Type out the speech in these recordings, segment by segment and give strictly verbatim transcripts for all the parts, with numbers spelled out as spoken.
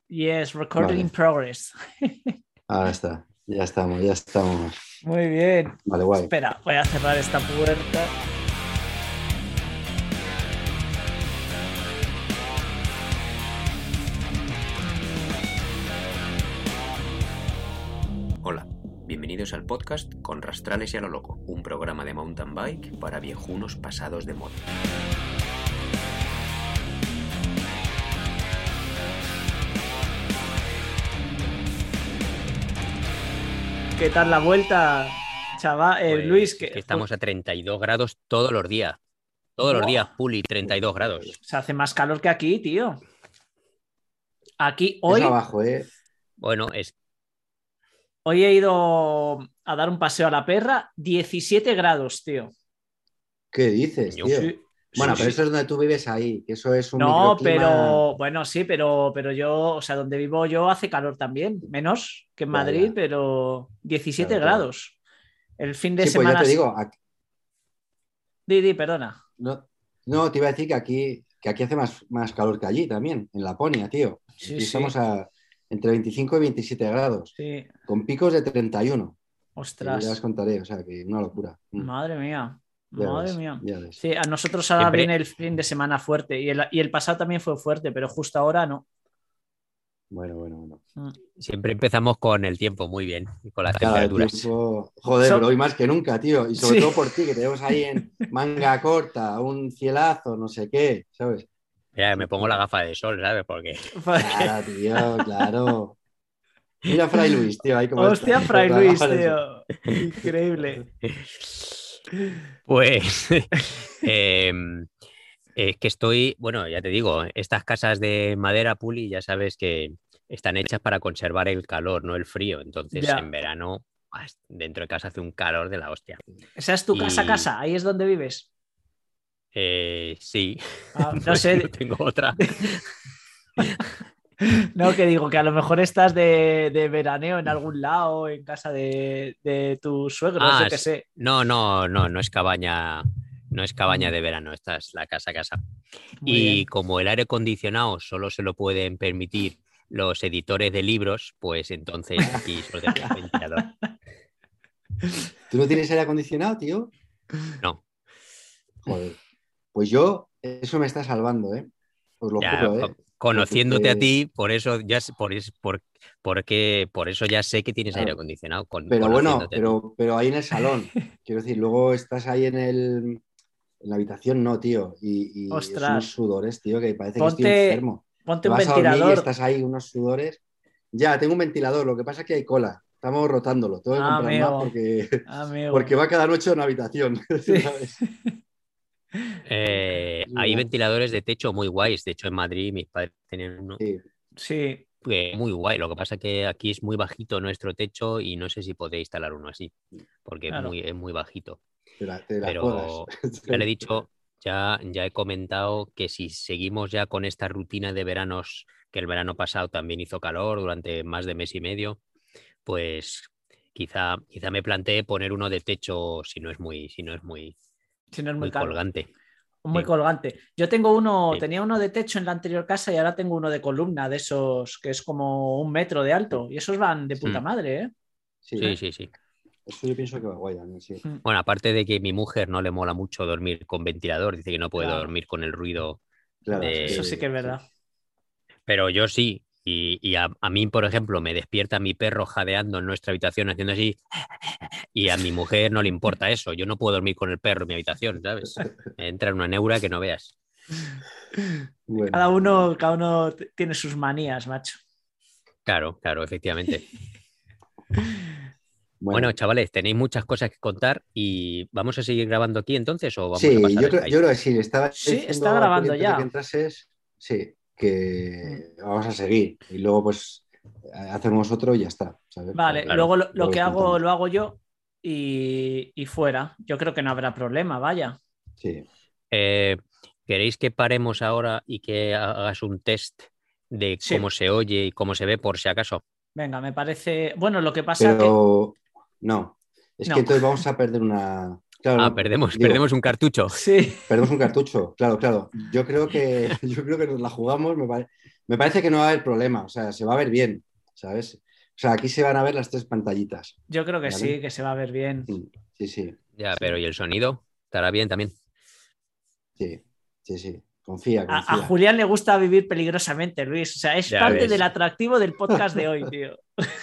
Yes, recording Vale. in progress. Ahora está. Ya estamos, ya estamos. Muy bien. Vale, guay. Espera, voy a cerrar esta puerta. Hola, bienvenidos al podcast Con Rastrales y a lo Loco, un programa de mountain bike para viejunos pasados de moda. ¿Qué tal la vuelta, chaval? Eh, Pues, Luis, que, que estamos a treinta y dos grados todos los días. Todos Buah. los días, Puli, treinta y dos grados. Se hace más calor que aquí, tío. Aquí Es hoy, abajo, ¿eh? Bueno, es hoy he ido a dar un paseo a la perra, diecisiete grados, tío. ¿Qué dices, Coño. tío? Sí, Bueno, sí, pero sí. eso es donde tú vives ahí, que eso es un No, microclima. pero bueno, sí, pero, pero yo, o sea, donde vivo yo hace calor también, menos que en Ya, Madrid, ya. pero diecisiete Claro, claro. grados. El fin de Sí, pues semana. yo te digo, aquí- Di, di, perdona. no, no, te iba a decir que aquí, que aquí hace más, más calor que allí también, en Laponia, tío. Sí, Aquí sí, estamos a entre veinticinco y veintisiete grados, sí. con picos de treinta y uno. Que ya os Ostras, contaré, o sea, que una locura. Mm, madre mía, Ya madre ves, mía. ya ves. Sí, a nosotros ahora siempre, viene el fin de semana fuerte y el, y el pasado también fue fuerte, pero justo ahora no. Bueno, bueno, bueno. Mm. siempre empezamos con el tiempo muy bien y con las Claro, de temperaturas. tiempo. Joder, So- pero hoy más que nunca, tío. Y sobre sí. todo por ti, que tenemos ahí en manga corta, un cielazo, no sé qué, ¿sabes? Mira, Sí, me pongo sí. la gafa de sol, ¿sabes? Porque Claro, tío, claro. Mira a Fray Luis, tío, ahí cómo está. Hostia, Fray Con las Luis, gafas de sol. tío. Increíble. pues em, es que estoy, bueno, ya te digo, estas casas de madera, Puli, ya sabes que están hechas para conservar el calor, no el frío. Entonces, en Ya. verano, ¡buas!, dentro de casa hace un calor de la hostia. ¿Esa es tu casa, Y casa? ¿Ahí es donde vives? eh, sí, Ah, no pues no sé. tengo otra. No, que digo que a lo mejor estás de, de veraneo en algún lado, en casa de, de tus suegros, yo Ah, qué s- sé. no, no, no, no es cabaña, no es cabaña Mm, de verano, esta es la casa casa. muy Y bien. como el aire acondicionado solo se lo pueden permitir los editores de libros, pues entonces aquí solo tenemos ventilador. ¿Tú no tienes aire acondicionado, tío? No, Joder. Pues yo, eso me está salvando, ¿eh? Os lo ya juro, co- ¿eh? conociéndote a Porque, ti, por eso ya sé- por, es- por, porque, por eso ya sé que tienes aire claro, acondicionado, con, pero bueno, conociéndote a ti. pero, pero ahí en el salón. Quiero decir, luego estás ahí en el, en la habitación, no, tío. Y, y es unos Ostras, sudores, tío, que parece que estoy ponte, enfermo. ponte Te un vas a dormir y ventilador. estás ahí, unos sudores. Ya, tengo un ventilador, lo que pasa es que hay cola. Estamos rotándolo. Tengo que Ah, comprar más amigo, porque, porque amigo. va cada noche en una habitación, Sí, ¿sabes? Eh, Es hay verdad. ventiladores de techo muy guays. De hecho, en Madrid mis padres tienen uno Sí, sí, eh, muy guay. Lo que pasa es que aquí es muy bajito nuestro techo y no sé si podré instalar uno así, porque es claro. muy, es muy bajito. te la, te la juegas. Pero ya le he dicho, ya, ya he comentado que si seguimos ya con esta rutina de veranos, que el verano pasado también hizo calor durante más de mes y medio, pues quizá, quizá me planteé poner uno de techo si no es muy, si no es muy, Si no es muy muy caro. colgante. Muy Sí, colgante. Yo tengo uno, sí, tenía uno de techo en la anterior casa y ahora tengo uno de columna, de esos que es como un metro de alto. Y esos van de puta Mm, madre, ¿eh? Sí, sí, sí, sí. eso yo pienso que va guay también, sí. Mm, Bueno, aparte de que mi mujer no le mola mucho dormir con ventilador, dice que no puede claro, dormir con el ruido Claro, es eso sí que de... que es sí. verdad. Pero yo sí. Y, y a, a mí, por ejemplo, me despierta mi perro jadeando en nuestra habitación haciendo así, y a mi mujer no le importa eso. Yo no puedo dormir con el perro en mi habitación, ¿sabes? Me entra en una neura que no veas. Bueno, Cada uno, cada uno t- tiene sus manías, macho. Claro, claro, efectivamente. Bueno, bueno. chavales, tenéis muchas cosas que contar y ¿vamos a seguir grabando aquí entonces o vamos a Sí, pasar yo a creo, yo Skype? creo que sí. Le estaba Sí, está diciendo al Poli grabando antes de que ya. entrases, sí, Mm, que vamos a seguir. Y luego, pues, hacemos otro y ya está, ¿sabes? O sea, vale, que Claro. luego lo, lo luego que les hago contamos. lo hago yo y, y fuera. Yo creo que no habrá problema, vaya. Sí, Eh, ¿queréis que paremos ahora y que hagas un test de cómo Sí, se oye y cómo se ve por si acaso? venga, me parece. Bueno, lo que pasa que. pero no. Es que No. entonces vamos a perder una. Claro, Ah, no, perdemos, perdemos digo, un cartucho. Sí. perdemos un cartucho. Claro, claro. Yo creo que, yo creo que nos la jugamos. Me pare- me parece que no va a haber problema, o sea, se va a ver bien, ¿sabes? O sea, aquí se van a ver las tres pantallitas. Yo creo que ¿vale? sí, que se va a ver bien. Sí, sí. Ya, sí. pero ¿y el sonido? ¿Estará bien también? Sí, sí, sí. Confía, confía. A, a Julián le gusta vivir peligrosamente, Luis. O sea, es Ya parte ves. del atractivo del podcast de hoy, tío.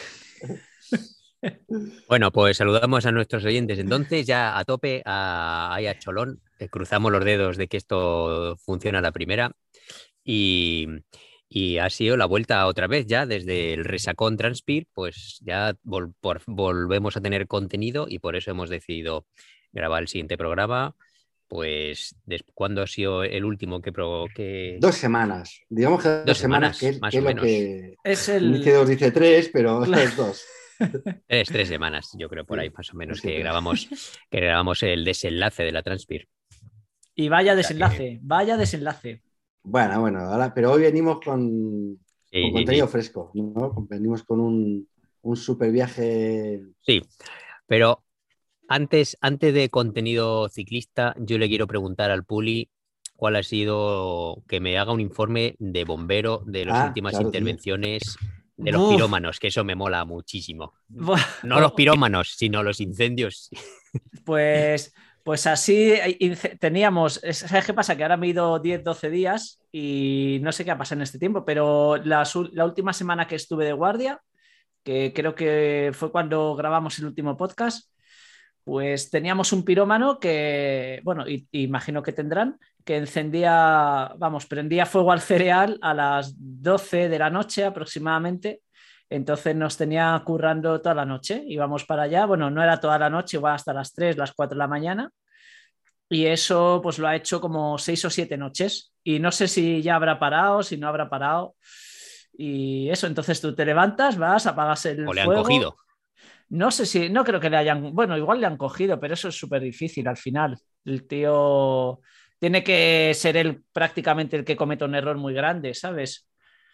Bueno, pues saludamos a nuestros oyentes. Entonces, ya a tope, a, ahí a Cholón, eh, cruzamos los dedos de que esto funciona a la primera. Y, y ha sido la vuelta otra vez ya desde el Resacón Transpir, pues ya vol por, volvemos a tener contenido y por eso hemos decidido grabar el siguiente programa. Pues, ¿cuándo ha sido el último que... Pro, que... Dos semanas. Digamos que dos, dos semanas, semanas, que, más que o es lo menos. que... Es el... Dice dos, dice tres, pero es dos. Tres, tres semanas, yo creo, por ahí más o menos, que grabamos, que grabamos el desenlace de la Transpir. Y vaya desenlace, que... vaya desenlace. Bueno, bueno, ahora, pero hoy venimos con, sí, con contenido sí. fresco, ¿no? Venimos con un, un super viaje. Sí, pero antes, antes de contenido ciclista, yo le quiero preguntar al Puli cuál ha sido, que me haga un informe de bombero de las ah, últimas claro, intervenciones tío. de los Uf. pirómanos, que eso me mola muchísimo. Uf. No los pirómanos, sino los incendios. Pues... Pues así teníamos, ¿sabes qué pasa? Que ahora me he ido diez, doce días y no sé qué ha pasado en este tiempo, pero la, la última semana que estuve de guardia, que creo que fue cuando grabamos el último podcast, pues teníamos un pirómano que, bueno, y, imagino que tendrán, que encendía, vamos, prendía fuego al cereal a las doce de la noche aproximadamente. Entonces nos tenía currando toda la noche, íbamos para allá, bueno, no era toda la noche, igual hasta las tres, las cuatro de la mañana, y eso pues lo ha hecho como seis o siete noches, y no sé si ya habrá parado, si no habrá parado, y eso, entonces tú te levantas, vas, apagas el fuego. ¿O le han cogido? No sé si, no creo que le hayan, bueno, igual le han cogido, pero eso es súper difícil al final, el tío tiene que ser él prácticamente el que cometa un error muy grande, ¿sabes?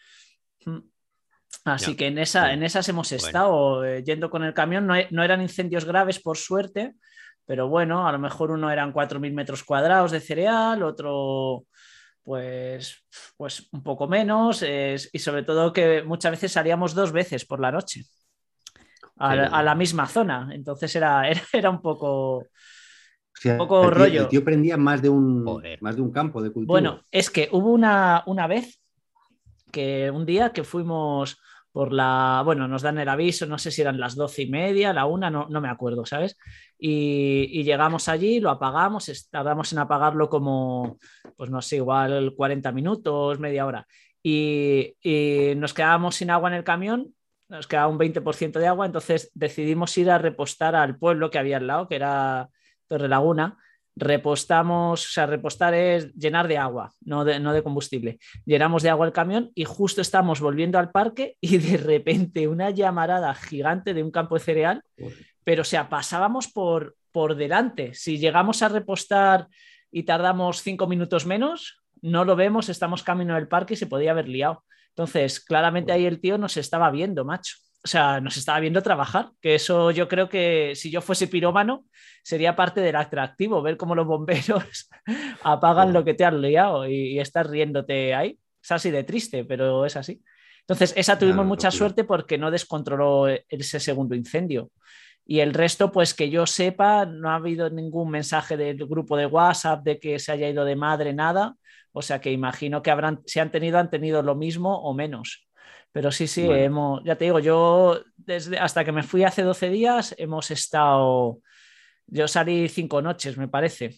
Así no, que en, esa, bueno, en esas hemos estado bueno. eh, yendo con el camión. No, no eran incendios graves, por suerte, pero bueno, a lo mejor uno eran cuatro mil metros cuadrados de cereal, otro pues, pues un poco menos, eh, y sobre todo que muchas veces salíamos dos veces por la noche a, sí. a la misma zona. Entonces era, era, era un poco... O sea, un poco el tío, rollo. El tío prendía más de un, más de un campo de cultivo. Bueno, es que hubo una, una vez que un día que fuimos por la, bueno, nos dan el aviso, no sé si eran las doce y media, la una, no, no me acuerdo, ¿sabes? Y, y llegamos allí, lo apagamos, tardamos en apagarlo como, pues no sé, igual cuarenta minutos, media hora. Y, y nos quedábamos sin agua en el camión, nos quedaba un veinte por ciento de agua, entonces decidimos ir a repostar al pueblo que había al lado, que era Torrelaguna. Repostamos, o sea, repostar es llenar de agua, no de, no de combustible. Llenamos de agua el camión y justo estamos volviendo al parque y de repente una llamarada gigante de un campo de cereal, pero o sea, pasábamos por, por delante. Si llegamos a repostar y tardamos cinco minutos menos, no lo vemos, estamos camino del parque y se podía haber liado. Entonces, claramente ahí el tío nos estaba viendo, macho. O sea, nos estaba viendo trabajar, que eso yo creo que si yo fuese pirómano sería parte del atractivo, ver cómo los bomberos apagan oh. lo que te has liado y, y estás riéndote ahí. Es así de triste, pero es así. Entonces, esa tuvimos no, mucha no, suerte porque no descontroló ese segundo incendio. Y el resto, pues que yo sepa, no ha habido ningún mensaje del grupo de WhatsApp de que se haya ido de madre, nada. O sea que imagino que habrán, si han tenido, han tenido lo mismo o menos. Pero sí, sí, bueno. hemos, ya te digo, yo desde hasta que me fui hace doce días hemos estado, yo salí cinco noches, me parece.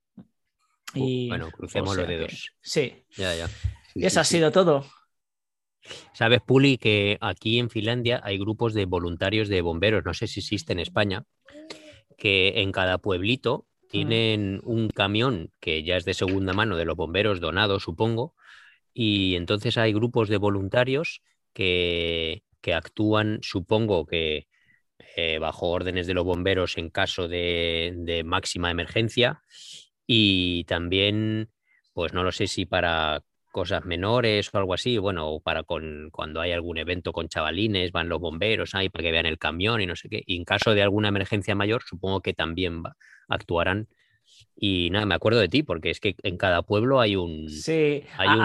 Y, bueno, crucemos o sea los dedos. Que, sí, ya, ya. Y eso sí, ha sí. sido todo. Sabes, Puli, que aquí en Finlandia hay grupos de voluntarios de bomberos, no sé si existe en España, que en cada pueblito tienen un camión que ya es de segunda mano de los bomberos donado, supongo, y entonces hay grupos de voluntarios que, que actúan, supongo que eh, bajo órdenes de los bomberos en caso de, de máxima emergencia, y también, pues no lo sé si para cosas menores o algo así, bueno, o para con, cuando hay algún evento con chavalines, van los bomberos ahí para que vean el camión y no sé qué, y en caso de alguna emergencia mayor, supongo que también va, actuarán. Y nada, me acuerdo de ti, porque es que en cada pueblo hay un... Sí, hay a, un a,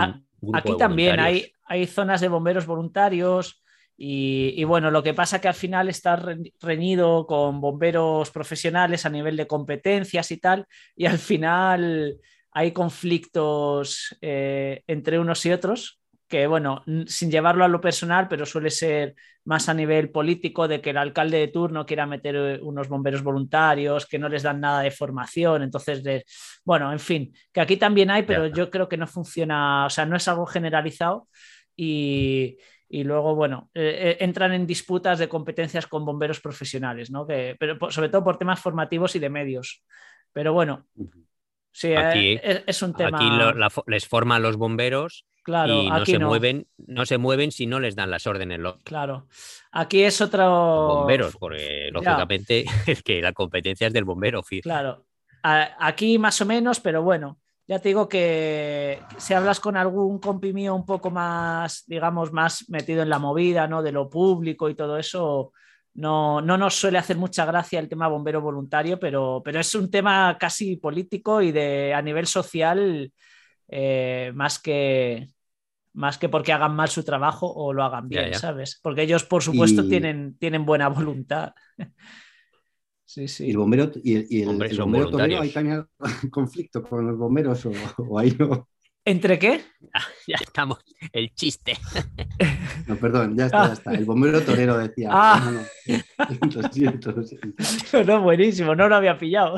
grupo aquí de también voluntarios. hay, hay zonas de bomberos voluntarios y, y bueno, lo que pasa que al final está re- reñido con bomberos profesionales a nivel de competencias y tal, y al final hay conflictos eh, entre unos y otros que, bueno, n- sin llevarlo a lo personal, pero suele ser más a nivel político, de que el alcalde de turno quiera meter eh, unos bomberos voluntarios, que no les dan nada de formación, entonces, les- bueno, en fin, que aquí también hay, pero Ya. yo creo que no funciona, o sea, no es algo generalizado y, y luego, bueno, eh, eh, entran en disputas de competencias con bomberos profesionales, ¿no? Que, pero por- sobre todo por temas formativos y de medios. Pero bueno, sí, eh, Aquí, es, es un aquí lo- tema, la fo- les forman los bomberos claro, y no aquí se no. mueven, no se mueven si no les dan las órdenes los Claro. Aquí es otro. bomberos, porque Ya, lógicamente es que la competencia es del bombero. fi- claro. A- Aquí más o menos, pero bueno, ya te digo que si hablas con algún compi mío un poco más, digamos, más metido en la movida, ¿no? De lo público y todo eso, no, no nos suele hacer mucha gracia el tema bombero voluntario, pero, pero es un tema casi político y de a nivel social, eh, más que, más que porque hagan mal su trabajo o lo hagan Ya, bien, ya. ¿sabes? Porque ellos, por supuesto, Y, tienen, tienen buena voluntad. Sí, y el sí. bombero, y el, y el- Hombre, el son bombero torero, ¿hay voluntarios. también conflicto con los bomberos o, o ahí no? ¿Entre qué? Ya estamos. El chiste. No, perdón, ya está, ya Ah, está. El bombero torero decía, pero ah, no, no. Lo siento, lo siento. no, buenísimo, no lo había pillado.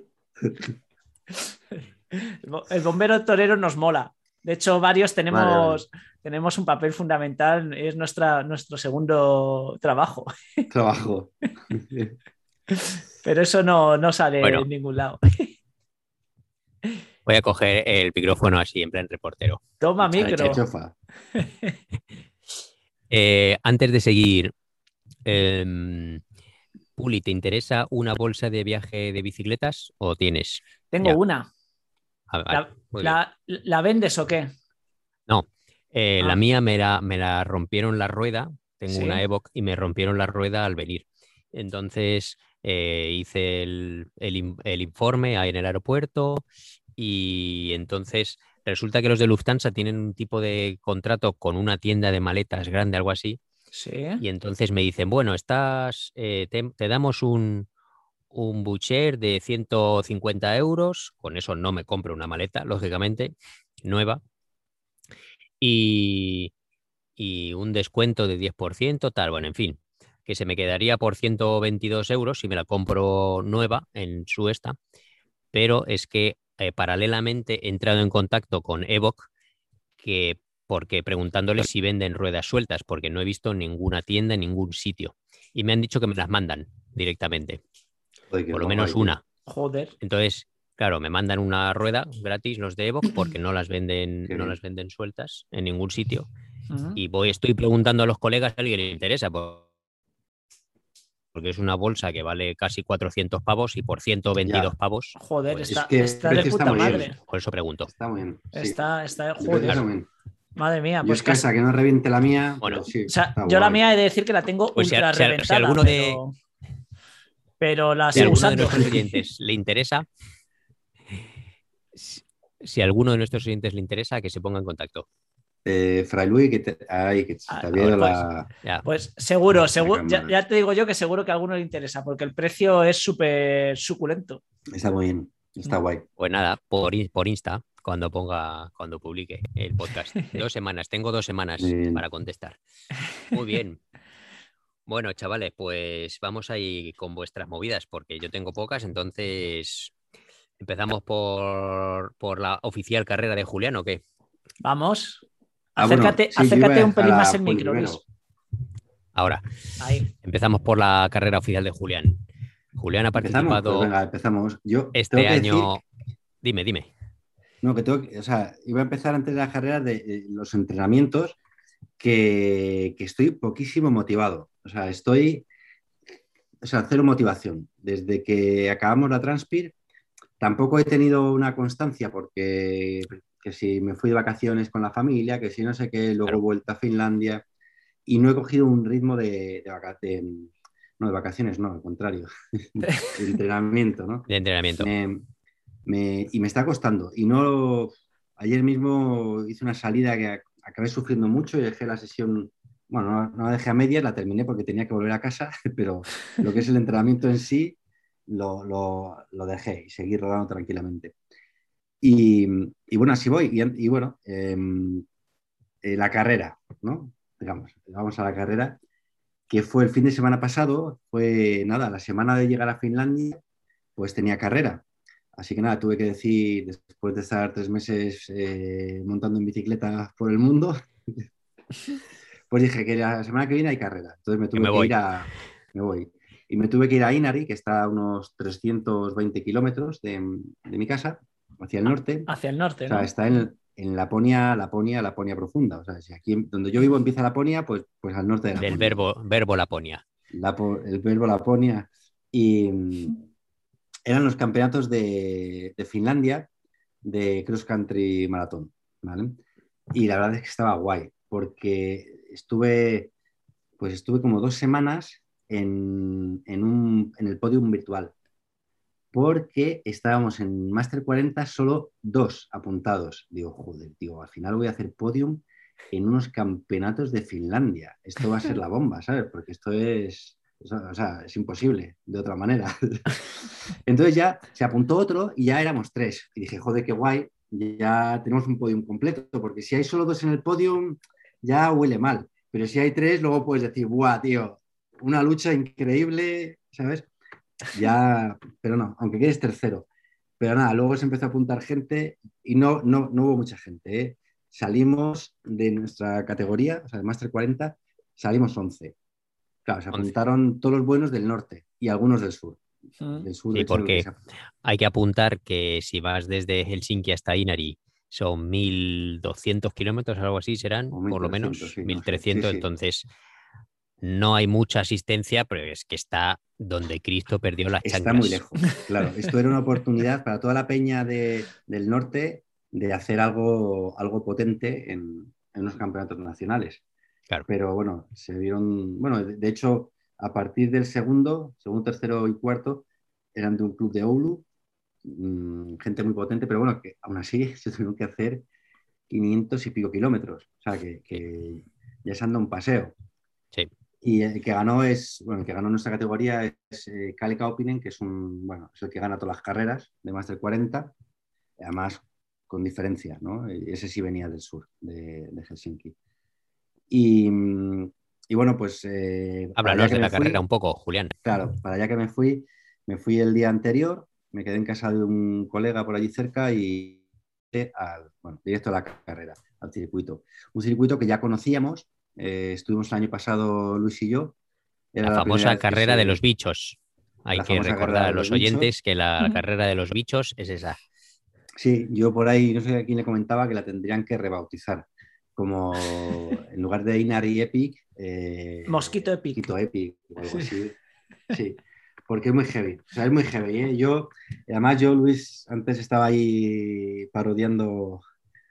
El bombero torero nos mola. De hecho, varios Vale, vale. tenemos, tenemos un papel fundamental, es nuestra, nuestro segundo trabajo, Trabajo. pero eso no, no sale en Bueno, ningún lado. voy a coger el micrófono así en plan reportero. Toma Echa, Se echa. micro. chofa. Eh, antes de seguir, em, Puli, ¿te interesa una bolsa de viaje de bicicletas o tienes? Tengo Ya, una. ah, vale, ¿La, muy bien. la, la vendes o qué? No, eh, la Ah, mía me la, me la rompieron la rueda, tengo una sí. Evoque y me rompieron la rueda al venir. Entonces eh, hice el, el in- el informe ahí en el aeropuerto y entonces resulta que los de Lufthansa tienen un tipo de contrato con una tienda de maletas grande, algo así, Sí. y entonces me dicen, bueno, estás, eh, te, te damos un, un voucher de ciento cincuenta euros, con eso no me compro una maleta, lógicamente, nueva, y, y un descuento de diez por ciento, tal, bueno, en fin, que se me quedaría por ciento veintidós euros si me la compro nueva en su esta, pero es que eh, paralelamente he entrado en contacto con Evoque, que porque preguntándoles si venden ruedas sueltas, porque no he visto ninguna tienda en ningún sitio. Y me han dicho que me las mandan directamente, Joder, qué por lo guay, menos tío. una. Joder. Entonces, claro, me mandan una rueda gratis los de Evoque porque no las venden, Qué no las bien. venden sueltas en ningún sitio. Ujú. Y voy, estoy preguntando a los colegas si a alguien le interesa, porque es una bolsa que vale casi cuatrocientos pavos y por ciento veintidós Ya. pavos, Joder, Es pues, está, que el está de precio está puta muy bien. madre. por eso pregunto. Está muy bien. Sí. Está, está, El precio está joder. muy bien. Madre mía, Yo pues es que casi. hasta que no reviente la mía, Bueno, pero sí, O sea, está yo la guay. mía he de decir que la tengo pues si, a- ultra si a- si reventada, alguno de, pero, pero la si sigo alguno de usando. nuestros oyentes le interesa, si, si a alguno de nuestros oyentes le interesa, que se ponga en contacto. Eh, Fray Luis, que te, ay, que se Ah, te había ido Pues, la, Ya, pues seguro, la seguro ya, cámara. ya te digo yo que seguro que a alguno le interesa, porque el precio es súper suculento. Está muy bien. Está Mm. guay. pues nada, por, in- por Insta, cuando ponga, cuando publique el podcast. Dos semanas, tengo dos Muy semanas bien. para contestar. Muy bien. Bueno, chavales, pues vamos ahí con vuestras movidas, porque yo tengo pocas, entonces empezamos por, por la oficial carrera de Julián, ¿o qué? Vamos, Ah, bueno, acércate, sí, yo iba a acércate un dejar pelín más a el Juli micro, primero. Luis. Ahora, Ahí. empezamos por la carrera oficial de Julián. Julián ha ¿Empezamos? Pues participado venga, empezamos. Yo tengo este que decir, año. Dime, dime. no, que tengo que, o sea, iba a empezar antes de la carrera de eh, los entrenamientos, que, que estoy poquísimo motivado. O sea, estoy, o sea, cero motivación. Desde que acabamos la Transpir, tampoco he tenido una constancia porque que si me fui de vacaciones con la familia, que si no sé qué, luego he Claro. vuelto a Finlandia y no he cogido un ritmo de, de, vaca- de- no, de vacaciones, no, al contrario, de entrenamiento, ¿no? De entrenamiento. Me, me- y me está costando. Y no, ayer mismo hice una salida que ac- acabé sufriendo mucho y dejé la sesión, bueno, no, no la dejé a medias, la terminé porque tenía que volver a casa, pero lo que es el entrenamiento en sí lo, lo, lo dejé y seguí rodando tranquilamente. Y, y bueno, así voy. Y, y bueno, eh, eh, la carrera, ¿no? Digamos, vamos a la carrera, que fue el fin de semana pasado, fue nada, la semana de llegar a Finlandia, pues tenía carrera. Así que nada, tuve que decir, después de estar tres meses eh, montando en bicicleta por el mundo, pues dije que la semana que viene hay carrera. Entonces me Que tuve me que ir voy. a... Me voy. Y me tuve que ir a Inari, que está a unos trescientos veinte kilómetros de, de mi casa, hacia el Ah, norte. hacia el O norte, sea, ¿no? está en, en Laponia, Laponia, Laponia profunda. O sea, si aquí donde yo vivo empieza Laponia, pues, pues al norte de Del Laponia. verbo, verbo Laponia. Lapo- el verbo Laponia. Y mm, eran los campeonatos de, de Finlandia de cross country maratón, ¿vale? Y la verdad es que estaba guay, porque estuve, pues estuve como dos semanas en, en, un, en el podium virtual, porque estábamos en Master cuarenta solo dos apuntados. Digo, joder, digo, al final voy a hacer podium en unos campeonatos de Finlandia. Esto va a ser la bomba, ¿sabes? Porque esto es, o sea, es imposible de otra manera. Entonces ya se apuntó otro y ya éramos tres. Y dije, joder, qué guay, ya tenemos un podium completo, porque si hay solo dos en el podium, ya huele mal. Pero si hay tres, luego puedes decir, buah, tío, una lucha increíble, ¿sabes? Ya, pero no, aunque quedes tercero. Pero nada, luego se empezó a apuntar gente y no, no, no hubo mucha gente, ¿eh? Salimos de nuestra categoría, o sea, de Master cuarenta, salimos once. Claro, se once. apuntaron todos los buenos del norte y algunos del sur. Mm. Del sur, de Sí, hecho, el que porque se apuntó. hay que apuntar que si vas desde Helsinki hasta Inari son mil doscientos kilómetros, algo así serán, O por lo mil trescientos, menos sí, no mil sé. Sí, trescientos. sí. Entonces no hay mucha asistencia, pero es que está donde Cristo perdió las Está muy chanclas. lejos. Claro, esto era una oportunidad para toda la peña de, del norte de hacer algo, algo potente en, en unos campeonatos nacionales. Claro. Pero bueno, se vieron, bueno, de, de hecho, a partir del segundo, segundo, tercero y cuarto, eran de un club de Oulu, mmm, gente muy potente, pero bueno, que aún así se tuvieron que hacer quinientos y pico kilómetros, o sea, que, Sí, que ya se anda un paseo. sí. Y el que ganó es, bueno, el que ganó nuestra categoría es eh, Kalle Kaupinen, que es un, bueno, es el que gana todas las carreras de más de cuarenta, además con diferencia, ¿no? Y ese sí venía del sur, de, de Helsinki. Y, y, bueno, pues eh, para allá Háblanos que de me la carrera fui, un poco, Julián. claro, para allá que me fui, me fui el día anterior, me quedé en casa de un colega por allí cerca y al, bueno, directo a la carrera, al circuito. Un circuito que ya conocíamos, eh, estuvimos el año pasado Luis y yo, La era la primera famosa vez que carrera de los se, bichos. Hay la que famosa recordar carrera a de los los bichos. oyentes que la carrera de los bichos es esa. Sí, yo por ahí, no sé a quién le comentaba que la tendrían que rebautizar, como en lugar de Inari Epic, Mosquito eh, Epic. Mosquito Epic o algo Sí. así. Sí, porque es muy heavy, o sea, es muy heavy, ¿eh? Yo, además yo, Luis, antes estaba ahí parodiando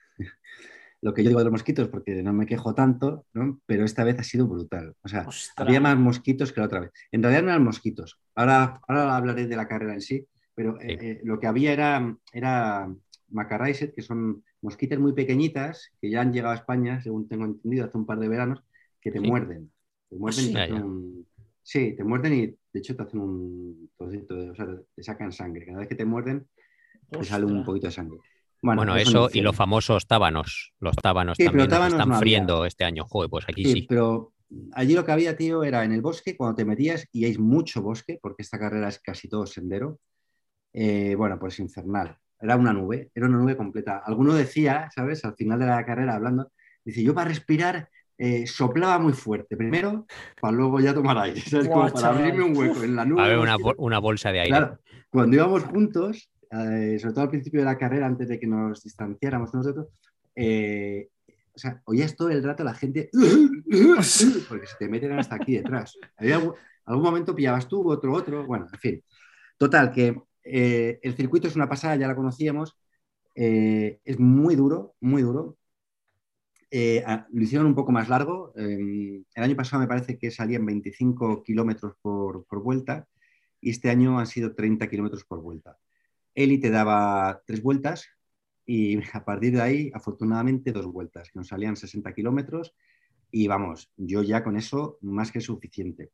lo que yo digo de los mosquitos, porque no me quejo tanto, ¿no? Pero esta vez ha sido brutal. O sea, había Ostras. más mosquitos que la otra vez. En realidad no eran mosquitos. Ahora, ahora hablaré de la carrera en sí, pero eh, Sí, eh, lo que había era, era Macarraiset, que son mosquitas muy pequeñitas que ya han llegado a España, según tengo entendido, hace un par de veranos, que te sí. muerden. Te Oh, muerden y te Ya, sí. hacen ya. un... Sí, te muerden y de hecho te hacen un trocito de... O sea, te sacan sangre. Cada vez que te muerden, te sale un Ostras. poquito de sangre. Bueno, Bueno, es un eso y los infierno. famosos tábanos. Los tábanos Sí, pero también nos tábanos están no había. friendo este año. Joder, pues aquí Sí, sí. pero allí lo que había, tío, era en el bosque, cuando te metías, y hay mucho bosque, porque esta carrera es casi todo sendero, eh, bueno, pues infernal. Era una nube, era una nube completa. Alguno decía, ¿sabes? Al final de la carrera, hablando, dice, yo para respirar eh, soplaba muy fuerte, primero, para luego ya tomar aire, ¿sabes? Buah, Como para abrirme chaval. un hueco Uf. en la Va a nube de haber una, mosquitos. una bolsa de aire. Claro, cuando íbamos juntos, eh, sobre todo al principio de la carrera, antes de que nos distanciáramos nosotros, eh, o sea, oías todo el rato a la gente, porque se te meten hasta aquí detrás. Había algún, algún momento pillabas tú, otro, otro, bueno, en fin. Total, que eh, el circuito es una pasada, ya la conocíamos, eh, es muy duro, muy duro. Eh, a, lo hicieron un poco más largo. Eh, el año pasado me parece que salían veinticinco kilómetros por, por vuelta y este año han sido treinta kilómetros por vuelta. Eli te daba tres vueltas y a partir de ahí, afortunadamente, dos vueltas, que nos salían sesenta kilómetros y vamos, yo ya con eso más que suficiente.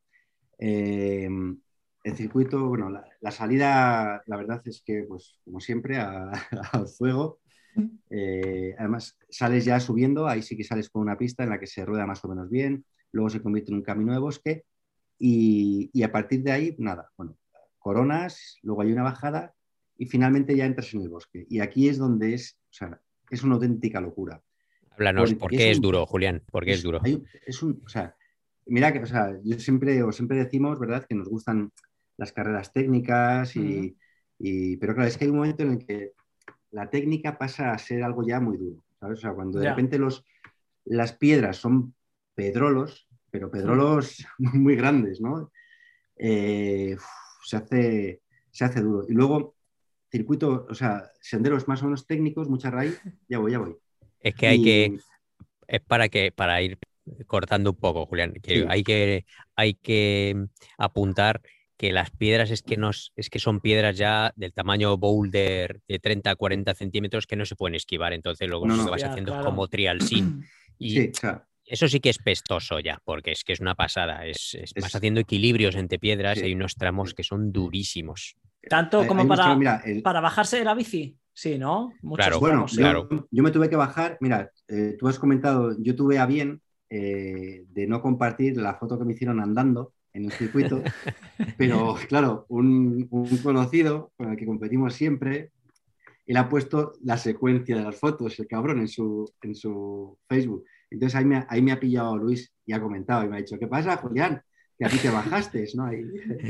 Eh, el circuito, bueno, la, la, salida, la verdad es que, pues, como siempre, al fuego. Eh, además, sales ya subiendo, ahí sí que sales con una pista en la que se rueda más o menos bien, luego se convierte en un camino de bosque y, y a partir de ahí, nada, bueno, coronas, luego hay una bajada y finalmente ya entras en el bosque. Y aquí es donde es, o sea, es una auténtica locura. Háblanos, ¿por qué es, es un, duro, Julián? ¿Por qué es, es duro? Hay, es un, o sea, mira que, o sea, yo siempre, o siempre decimos, ¿verdad?, que nos gustan las carreras técnicas, y, uh-huh. y, pero claro, es que hay un momento en el que la técnica pasa a ser algo ya muy duro, ¿sabes? O sea, cuando de yeah. repente los, las piedras son pedrolos, pero pedrolos uh-huh. muy grandes, ¿no? Eh, uf, se, hace, se hace duro. Y luego, circuito, o sea, senderos más o menos técnicos, mucha raíz, ya voy, ya voy. Es que hay y... que, es para que, para ir cortando un poco, Julián, que sí. hay que, hay que apuntar que las piedras es que, nos, es que son piedras ya del tamaño boulder de treinta a cuarenta centímetros que no se pueden esquivar, entonces luego no, lo que no, vas ya, haciendo claro. es como trial sin. Y sí, claro. Eso sí que es pestoso ya, porque es que es una pasada, es, es, es... vas haciendo equilibrios entre piedras, sí. hay unos tramos que son durísimos. Tanto como hay, hay para, tramos, mira, el... para bajarse de la bici, sí, ¿no? Muchos claro, bueno, tramos, claro. Yo, yo me tuve que bajar, mira, eh, tú has comentado, yo tuve a bien eh, de no compartir la foto que me hicieron andando en el circuito, pero claro, un, un conocido con el que competimos siempre, él ha puesto la secuencia de las fotos, el cabrón, en su, en su Facebook. Entonces ahí me, ahí me ha pillado Luis y ha comentado y me ha dicho, ¿qué pasa, Julián? Que a ti te bajaste, ¿no? Ahí,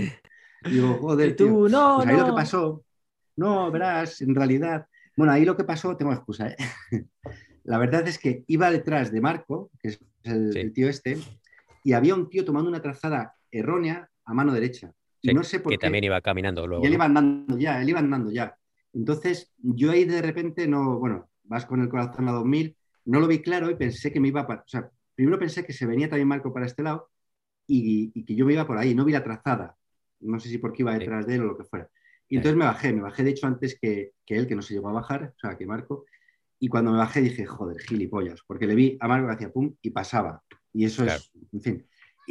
y digo, joder, y tú, tío. no, Pues ahí no. lo que pasó, no, verás, en realidad, bueno, ahí lo que pasó, tengo excusa, ¿eh? La verdad es que iba detrás de Marco, que es el, sí. el tío este, y había un tío tomando una trazada errónea a mano derecha. Y sí, no sé por que qué. también iba caminando luego. Y él ¿no? iba andando ya, él iba andando ya. Entonces, yo ahí de repente no, bueno, vas con el corazón a dos mil, no lo vi claro y pensé que me iba para, o sea, primero pensé que se venía también Marco para este lado y, y que yo me iba por ahí, no vi la trazada. No sé si porque iba detrás sí. de él o lo que fuera. Y entonces sí. me bajé, me bajé de hecho antes que, que él, que no se llegó a bajar, o sea, que Marco. Y cuando me bajé dije, joder, gilipollas, porque le vi a Marco que hacía pum y pasaba. Y eso claro. es, en fin.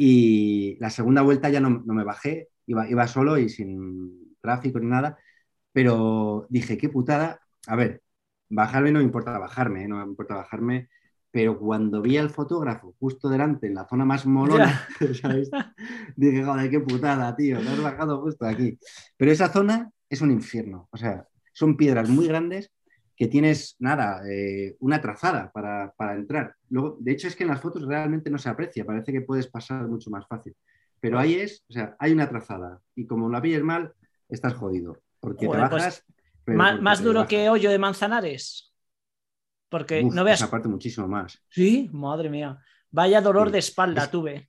Y la segunda vuelta ya no, no me bajé, iba, iba solo y sin tráfico ni nada, pero dije, qué putada. A ver, bajarme no me importa bajarme, ¿eh? no me importa bajarme, pero cuando vi al fotógrafo justo delante, en la zona más molona, ¿sabes? Dije, joder, qué putada, tío, me has bajado justo aquí. Pero esa zona es un infierno, o sea, son piedras muy grandes que tienes, nada, eh, una trazada para, para entrar. Luego, de hecho, es que en las fotos realmente no se aprecia, parece que puedes pasar mucho más fácil. Pero ahí es, o sea, hay una trazada y como la pilles mal, estás jodido. Porque Joder, te bajas... Pues, más más duro bajas. Que Hoyo de Manzanares. Porque Uf, no veas... Esa parte muchísimo más. Sí, madre mía. Vaya dolor sí. de espalda es... tuve.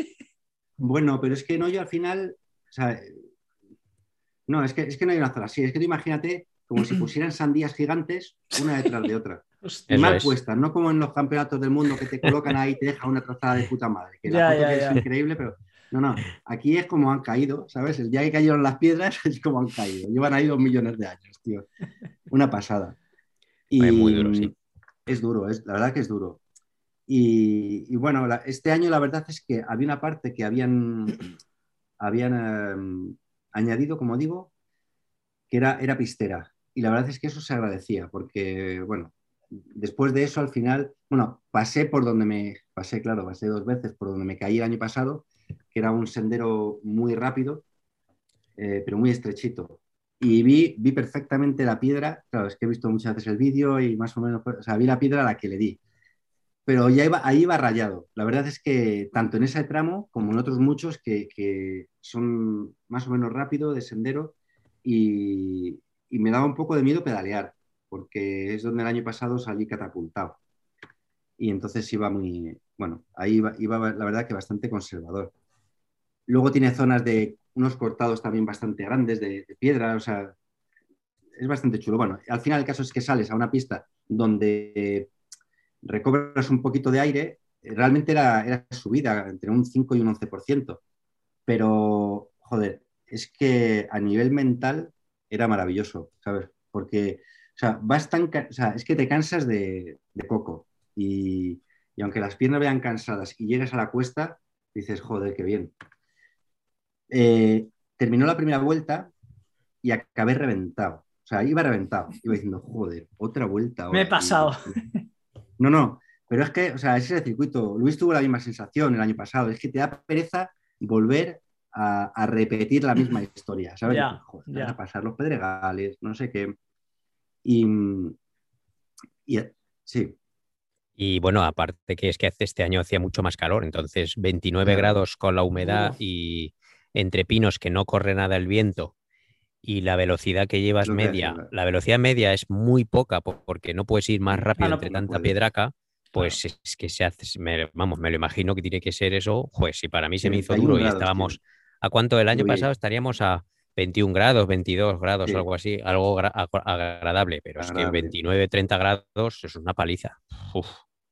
Bueno, pero es que en Hoyo al final... O sea, no, es que, es que no hay una zona así. Es que tú imagínate como si pusieran sandías gigantes una detrás de otra. Y mal es. puestas, no como en los campeonatos del mundo que te colocan ahí y te dejan una trazada de puta madre. Que ya, la foto ya, que ya. es increíble, pero no, no. Aquí es como han caído, ¿sabes? El día que cayeron las piedras es como han caído. Llevan ahí dos millones de años, tío. Una pasada. Y es muy duro, sí. Es duro, es, la verdad que es duro. Y, y bueno, la, este año la verdad es que había una parte que habían, habían eh, añadido, como digo, que era, era pistera. Y la verdad es que eso se agradecía, porque, bueno, después de eso al final, bueno, pasé por donde me, pasé, claro, pasé dos veces por donde me caí el año pasado, que era un sendero muy rápido, eh, pero muy estrechito. Y vi, vi perfectamente la piedra, claro, es que he visto muchas veces el vídeo y más o menos, o sea, vi la piedra a la que le di. Pero ya iba, ahí iba rayado. La verdad es que tanto en ese tramo como en otros muchos que, que son más o menos rápido de sendero y, y me daba un poco de miedo pedalear, porque es donde el año pasado salí catapultado. Y entonces iba muy, bueno, ahí iba, iba la verdad que bastante conservador. Luego tiene zonas de unos cortados también bastante grandes de, de piedra, o sea, es bastante chulo. Bueno, al final el caso es que sales a una pista donde recobras un poquito de aire, realmente era, era subida entre un cinco y un once por ciento, pero, joder, es que a nivel mental era maravilloso, ¿sabes? Porque sea, vas tan, ca- o sea, es que te cansas de, de poco. Y, y aunque las piernas vean cansadas y llegas a la cuesta, dices, joder, qué bien. Eh, terminó la primera vuelta y acabé reventado. O sea, iba reventado. Iba diciendo, joder, otra vuelta Me he ahora. Y pasado. digo, no, no, pero es que, o sea, ese es el circuito. Luis tuvo la misma sensación el año pasado. Es que te da pereza volver a, a repetir la misma historia, ¿sabes? Dices, Ya, joder, vas a ya. pasar los pedregales, no sé qué. Y, y sí, Y bueno, aparte que es que hace- este año hacía mucho más calor, entonces veintinueve claro, grados con la humedad Uh, y entre pinos que no corre nada el viento y la velocidad que es llevas lo que media, decía. la velocidad media es muy poca po- porque no puedes ir más ah, rápido no, entre pu- No tanta puedes, piedraca, claro. pues es que se hace, me- vamos, me lo imagino que tiene que ser eso, pues si para mí se me hizo treinta y uno duro y grados tiene. estábamos, ¿a cuánto el año pasado Lluvia, estaríamos a veintiún grados, veintidós grados, sí, algo así, algo gra- agra- agradable, pero es que agradable. veintinueve, treinta grados es una paliza. Uf.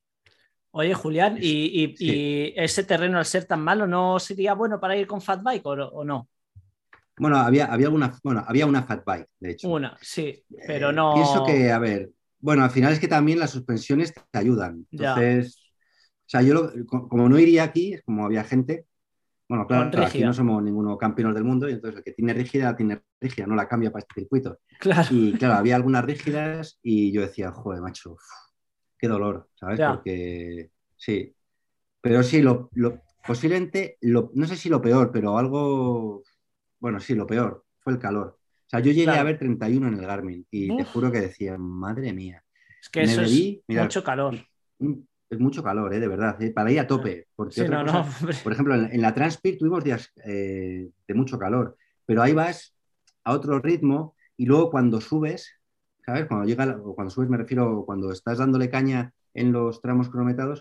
Oye, Julián, Es- ¿y, y- sí. y ese terreno al ser tan malo no sería bueno para ir con fat bike o, no? o no? Bueno, había, había, una, bueno, había una fat bike, de hecho. Una, sí, pero Eh, pienso no. que, a ver, bueno, al final es que también las suspensiones te ayudan. Ya, Entonces, o sea, yo lo- co- como no iría aquí, es como había gente, bueno, con claro, aquí no rígida. somos ninguno campeones del mundo, y entonces el que tiene rígida, tiene rígida, no la cambia para este circuito. Claro, Y claro, había algunas rígidas y yo decía, joder, macho, uf, qué dolor, ¿sabes? ya, Porque sí, pero sí, lo, lo- posiblemente, lo, no sé si lo peor, pero algo, bueno, sí, lo peor fue el calor. O sea, yo llegué a claro. ver treinta y uno en el Garmin y te Uf, juro que decía, madre mía, es que me eso es bebí, mira, mucho calor. un- es mucho calor, ¿eh? De verdad, ¿eh? Para ir a Ya. tope, porque Sí, otra no, no, cosa, hombre. por ejemplo, en, en la Transpir tuvimos días eh, de mucho calor, pero ahí vas a otro ritmo y luego cuando subes, ¿sabes? Cuando llega, la- o cuando subes me refiero cuando estás dándole caña en los tramos cronometrados,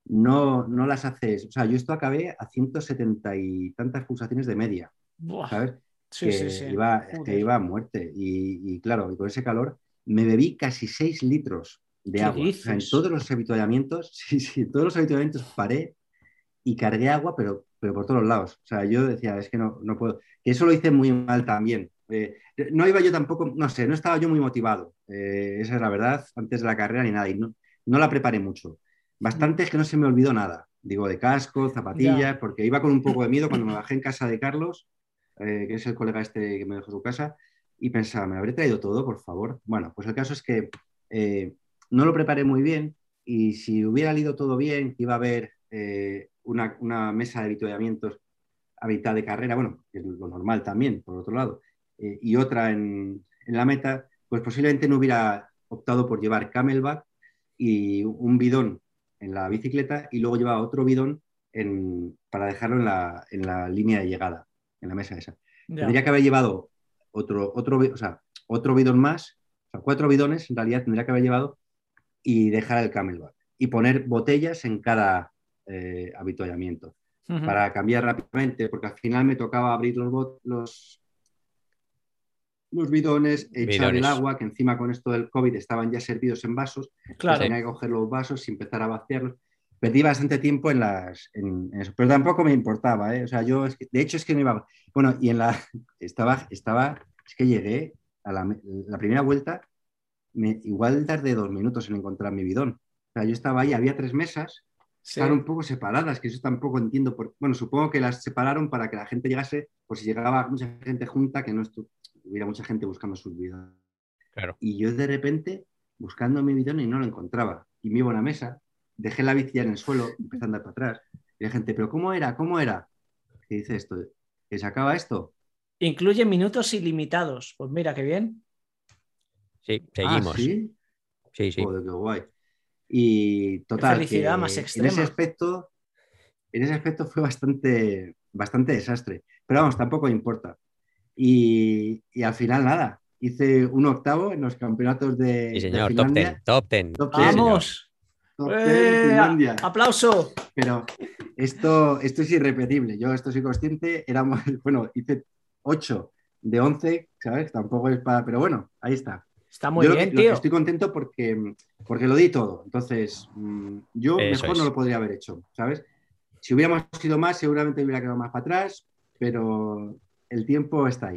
no, no las haces, o sea, yo esto acabé a ciento setenta y tantas pulsaciones de media, Buah. ¿sabes? Sí, sí, Que sí. iba, es que Joder. iba a muerte y, y claro, y con ese calor me bebí casi seis litros de ¿Qué agua. O sea, en dices? todos los avituallamientos, sí, sí, en todos los avituallamientos paré y cargué agua, pero, pero por todos lados. O sea, yo decía, es que no, no puedo. Que eso lo hice muy mal también. Eh, no iba yo tampoco, no sé, no estaba yo muy motivado. Eh, esa es la verdad, antes de la carrera ni nada. Y no, no la preparé mucho. Bastante es que no se me olvidó nada. Digo, de casco, Ya. zapatillas, porque iba con un poco de miedo cuando me bajé en casa de Carlos, eh, que es el colega este que me dejó su casa, y pensaba, ¿me habré traído todo, por favor? Bueno, pues el caso es que eh, no lo preparé muy bien y si hubiera ido todo bien, que iba a haber eh, una, una, mesa de avituallamientos a mitad de carrera, bueno, que es lo normal también, por otro lado, eh, y otra en, en, la meta, pues posiblemente no hubiera optado por llevar camelback y un bidón en la bicicleta y luego llevaba otro bidón en, para dejarlo en la, en la línea de llegada, en la mesa esa. Ya. Tendría que haber llevado otro, otro, o sea, otro bidón más, o sea, cuatro bidones en realidad tendría que haber llevado y dejar el camelback y poner botellas en cada eh, avituallamiento Ujú. para cambiar rápidamente, porque al final me tocaba abrir los, los, los bidones, echar el Bidones. agua, que encima con esto del COVID estaban ya servidos en vasos, entonces Sí. Claro. tenía que coger los vasos y empezar a vaciarlos. Perdí bastante tiempo en, las, en, en eso, pero tampoco me importaba, ¿eh? O sea, yo, es que, de hecho, es que no iba. Bueno, y en la. Estaba, estaba es que llegué a la, la primera vuelta, me, igual tardé dos minutos en encontrar mi bidón. O sea, yo estaba ahí, había tres mesas, estaban un Sí. poco separadas, que eso tampoco entiendo. Por, bueno, supongo que las separaron para que la gente llegase, por si llegaba mucha gente junta, que no estu, hubiera mucha gente buscando sus bidones. Claro. Y yo de repente, buscando mi bidón y no lo encontraba. Y me iba a una mesa, dejé la bici ya en el suelo, empecé a andar para atrás. Y la gente, ¿pero cómo era? ¿Cómo era? ¿Qué dice esto? ¿Que se acaba esto? Incluye minutos ilimitados. Pues mira qué bien. Sí, Ah, seguimos. sí. Sí, sí. Joder, qué guay. Y Qué total, felicidad más que en ese extrema. aspecto, en ese aspecto fue bastante, bastante desastre. Pero vamos, tampoco importa. Y, y al final nada, hice un octavo en los campeonatos Sí, de, de señor. Top ten. Finlandia. Top ten. Top Sí, ten, señor. ¡Vamos! top ten ¡Eh! Finlandia. ¡Aplauso! Pero esto, esto es irrepetible. Yo esto soy consciente. Éramos, bueno, hice ocho de once, ¿sabes? Tampoco es para. Pero bueno, ahí está. Está muy Yo lo que, bien, lo que tío. estoy contento porque, porque lo di todo. Entonces, mmm, yo Eso mejor no es. lo podría haber hecho, ¿sabes? Si hubiéramos sido más, seguramente hubiera quedado más para atrás, pero el tiempo está ahí.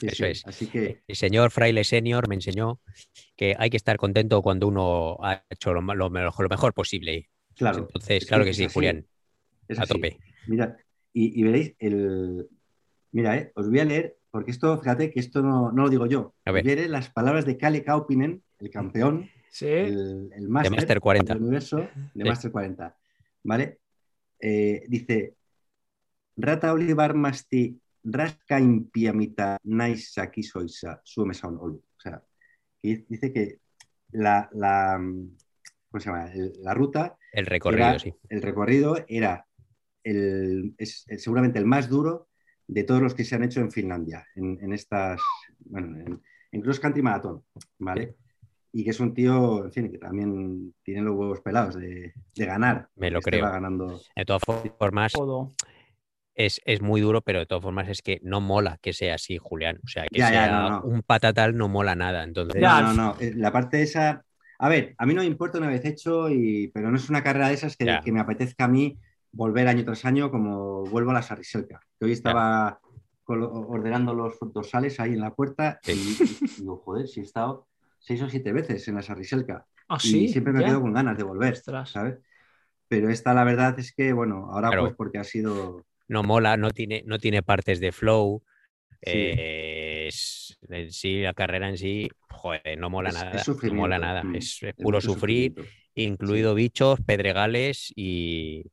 Sí, Eso sí. es. Así que, El señor Fraile Senior me enseñó que hay que estar contento cuando uno ha hecho lo, ma- lo mejor, lo mejor posible. claro, Entonces, es que claro que es sí, así, Julián, es a así. tope. Mira, y, y veréis, el, mira, eh, os voy a leer, porque esto, fíjate que esto no, no lo digo yo, A os voy ver, a leer las palabras de Kalle Kaupinen, el campeón, Sí, el, el de máster Master cuarenta. del universo de Sí. Master cuarenta, ¿vale? Eh, dice, Rata olivarmasti raskaimpiamita naissa kisoissa Suomessa on ollut. O sea, que dice que la, la, ¿cómo se llama? El- la ruta El recorrido, era, sí. el recorrido era el, es, es seguramente el más duro de todos los que se han hecho en Finlandia, en, en estas, bueno, en, en cross country maratón, ¿vale? Y que es un tío, en fin, que también tiene los huevos pelados de, de ganar, Me porque lo este va creo. ganando. De todas formas, todo. es, es muy duro, pero de todas formas es que no mola que sea así, Julián. O sea, que Ya, ya, no, sea no. un patatal no mola nada. No, Ya, Entonces, al no, fi- no. Eh, La parte esa. A ver, a mí no me importa una vez hecho, y... pero no es una carrera de esas que, ya, que me apetezca a mí volver año tras año como vuelvo a la Sarriselca. Que hoy ya, estaba colo- ordenando los dorsales ahí en la puerta sí. y, y digo, joder, si he estado seis o siete veces en la Sarriselca Ah, y sí, siempre me quedo ya. con ganas de volver, Ostras. ¿sabes? Pero esta la verdad es que, bueno, ahora pues Claro, porque ha sido. no mola, no tiene, no tiene partes de flow. Sí, eh, es- en sí, la carrera en sí, joder, no mola es, es nada, no mola sufrimiento. nada. mm, Es, es Es puro mucho sufrir, sufrimiento. Sí. incluido bichos, pedregales y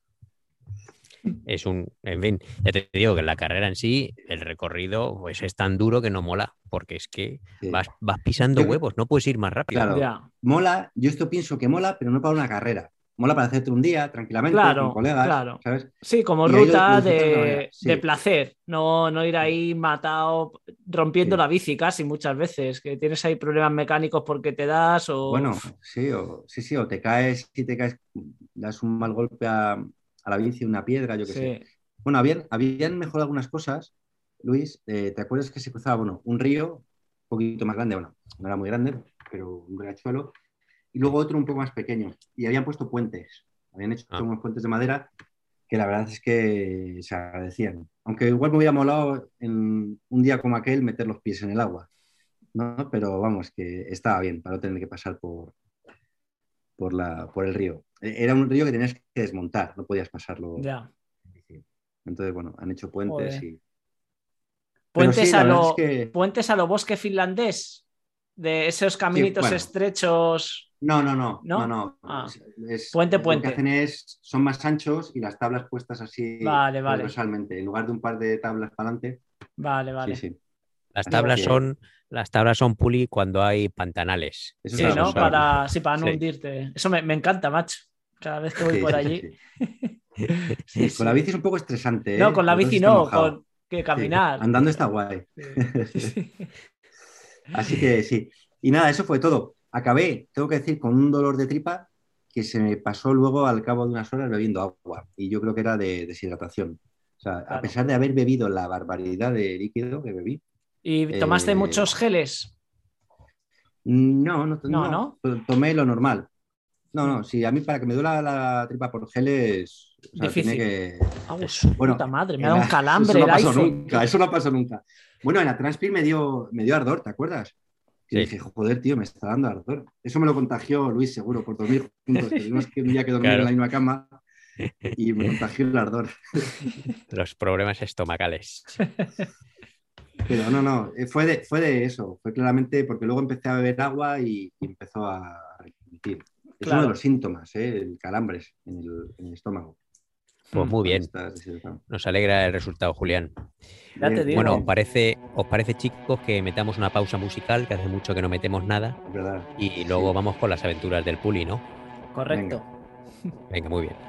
es un, en fin, ya te digo que la carrera en sí, el recorrido, pues es tan duro que no mola, porque es que Sí. vas, vas pisando Yo creo, huevos, no puedes ir más rápido. claro, Ya. mola, yo esto pienso que mola, pero no para una carrera. Mola para hacerte un día tranquilamente con Claro, colegas, claro. ¿sabes? Sí, como Y ahí lo, lo ruta disfrutas de una manera. de, de Sí, placer, no, no ir ahí matado, rompiendo sí. la bici casi muchas veces, que tienes ahí problemas mecánicos porque te das o... Bueno, sí, o, sí, sí, o te caes, si te caes, das un mal golpe a, a la bici, una piedra, yo qué sé. Sí, Bueno, habían, habían mejorado algunas cosas, Luis. Eh, ¿te acuerdas que se cruzaba, bueno, un río un poquito más grande? Bueno, no era muy grande, pero un riachuelo, y luego otro un poco más pequeño. Y habían puesto puentes. Habían hecho Ah, unos puentes de madera que la verdad es que se agradecían. Aunque igual me hubiera molado en un día como aquel meter los pies en el agua, ¿no? Pero vamos, que estaba bien para no tener que pasar por, por, la, por el río. Era un río que tenías que desmontar, no podías pasarlo. ya. Entonces, bueno, han hecho puentes Joder. y... Pero Puentes sí, a la verdad es lo, que... puentes a lo bosque finlandés, de esos Sí, caminitos bueno, estrechos, no, no, no, no, ¿no? no. Ah, Es, es- puente, lo que puente. hacen es, son más anchos y las tablas puestas así Vale, vale, transversalmente, en lugar de un par de tablas para adelante. vale, Sí, vale. sí. las Así tablas Joder. que son, las tablas son puli cuando hay pantanales. eso Sí, estaba Esos ¿no? apuntado son, aquí. Para, sí, para no sí. hundirte. Eso me, me encanta, macho. Cada vez que voy Sí, por sí, sí, allí. sí. Sí, Con la sí. bici es un poco estresante, No, ¿eh? con la Sobre todo si bici está no, mojado. con que Sí, caminar. andando está guay. Sí, sí. Así que sí. Y nada, eso fue todo. Acabé, tengo que decir, con un dolor de tripa que se me pasó luego al cabo de unas horas bebiendo agua. Y yo creo que era de deshidratación. O sea, a Claro. pesar de haber bebido la barbaridad de líquido que bebí, ¿Y tomaste eh, muchos geles? no, no, No, no, ¿no? tomé lo normal. No, no, sí, a mí para que me duela la tripa por geles, o sea, tiene Difícil. que... Ah, es- su bueno, puta madre, me ha en dado un la- eso calambre no el pasó iPhone. nunca, eso no pasó nunca. Bueno, en la Transpir me dio, me dio ardor, ¿te acuerdas? Y Sí, dije, joder, tío, me está dando ardor. Eso me lo contagió Luis, seguro, por dormir juntos, que tuvimos que un día que dormir en claro. la misma cama y me contagió el ardor. Los problemas estomacales. Pero no, no, eh, fue de, fue de eso, fue claramente porque luego empecé a beber agua y, y empezó a resentir. Es uno de Claro. los síntomas, ¿eh? El calambres en el, en el estómago, Pues Mm, muy cuando bien. estás deshidratado. Nos alegra el resultado, Julián. Ya te Bien, bien, Bueno, ¿os digo. bien, parece, os parece, chicos, que metamos una pausa musical, que hace mucho que no metemos nada, es verdad. y luego Sí, vamos con las aventuras del Puli, ¿no? Correcto. venga. Venga, muy bien.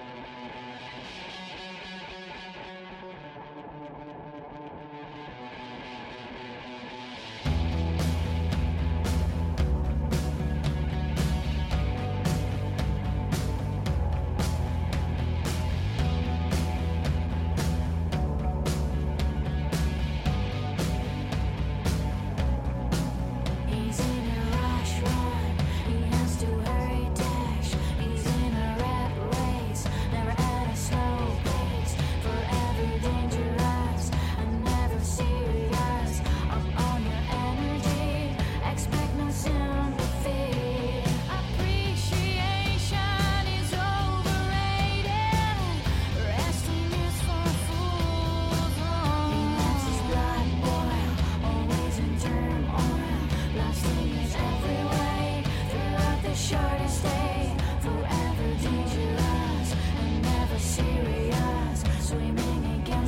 He's in a rush run, he has to hurry dash. He's in a rat race.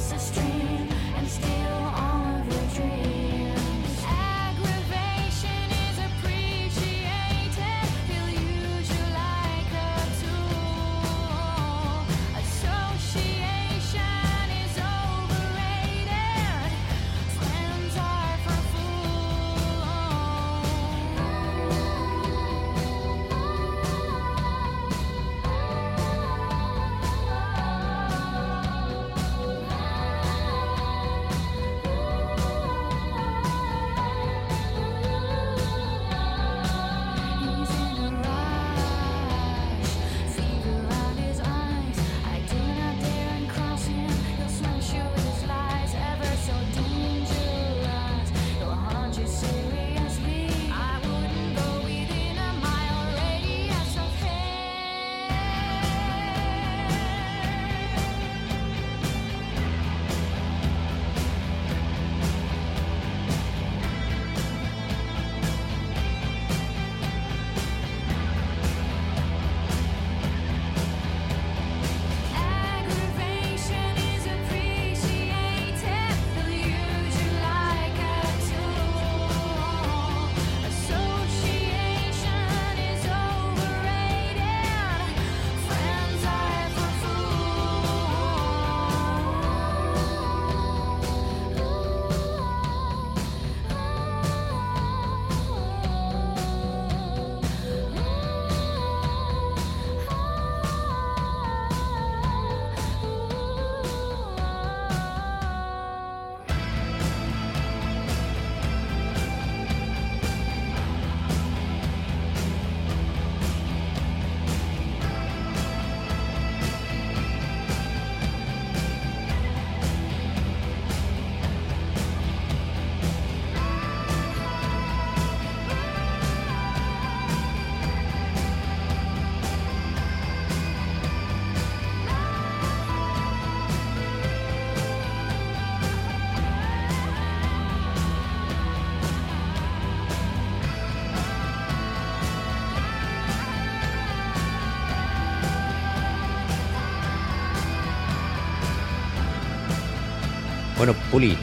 Bueno, Puli,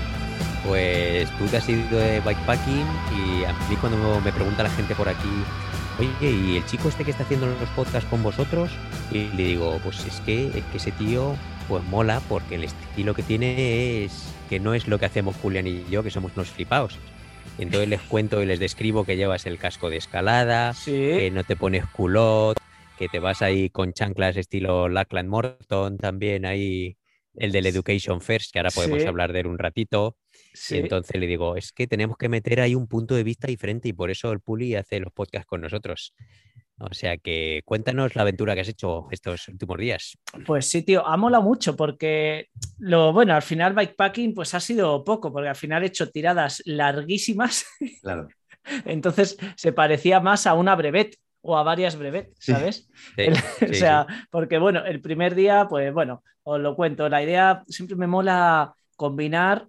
pues tú te has ido de bikepacking y a mí cuando me pregunta la gente por aquí, oye, ¿y el chico este que está haciendo los podcasts con vosotros? Y le digo, pues es que, es que ese tío pues mola porque el estilo que tiene es que no es lo que hacemos Julián y yo, que somos unos flipaos. Entonces les cuento y les describo que llevas el casco de escalada, ¿Sí? que no te pones culot, que te vas ahí con chanclas estilo Lachlan Morton también ahí, el del Education First, que ahora podemos Sí. hablar de él un ratito. Sí. Y entonces le digo, es que tenemos que meter ahí un punto de vista diferente y por eso el Puli hace los podcasts con nosotros. O sea que cuéntanos la aventura que has hecho estos últimos días. Pues sí, tío, ha molado mucho porque lo bueno, al final bikepacking pues ha sido poco, porque al final he hecho tiradas larguísimas, Claro. entonces se parecía más a una brevet o a varias brevet, ¿sabes? Sí, El- sí, o sea, sí. porque bueno, el primer día, pues bueno, os lo cuento, la idea siempre me mola combinar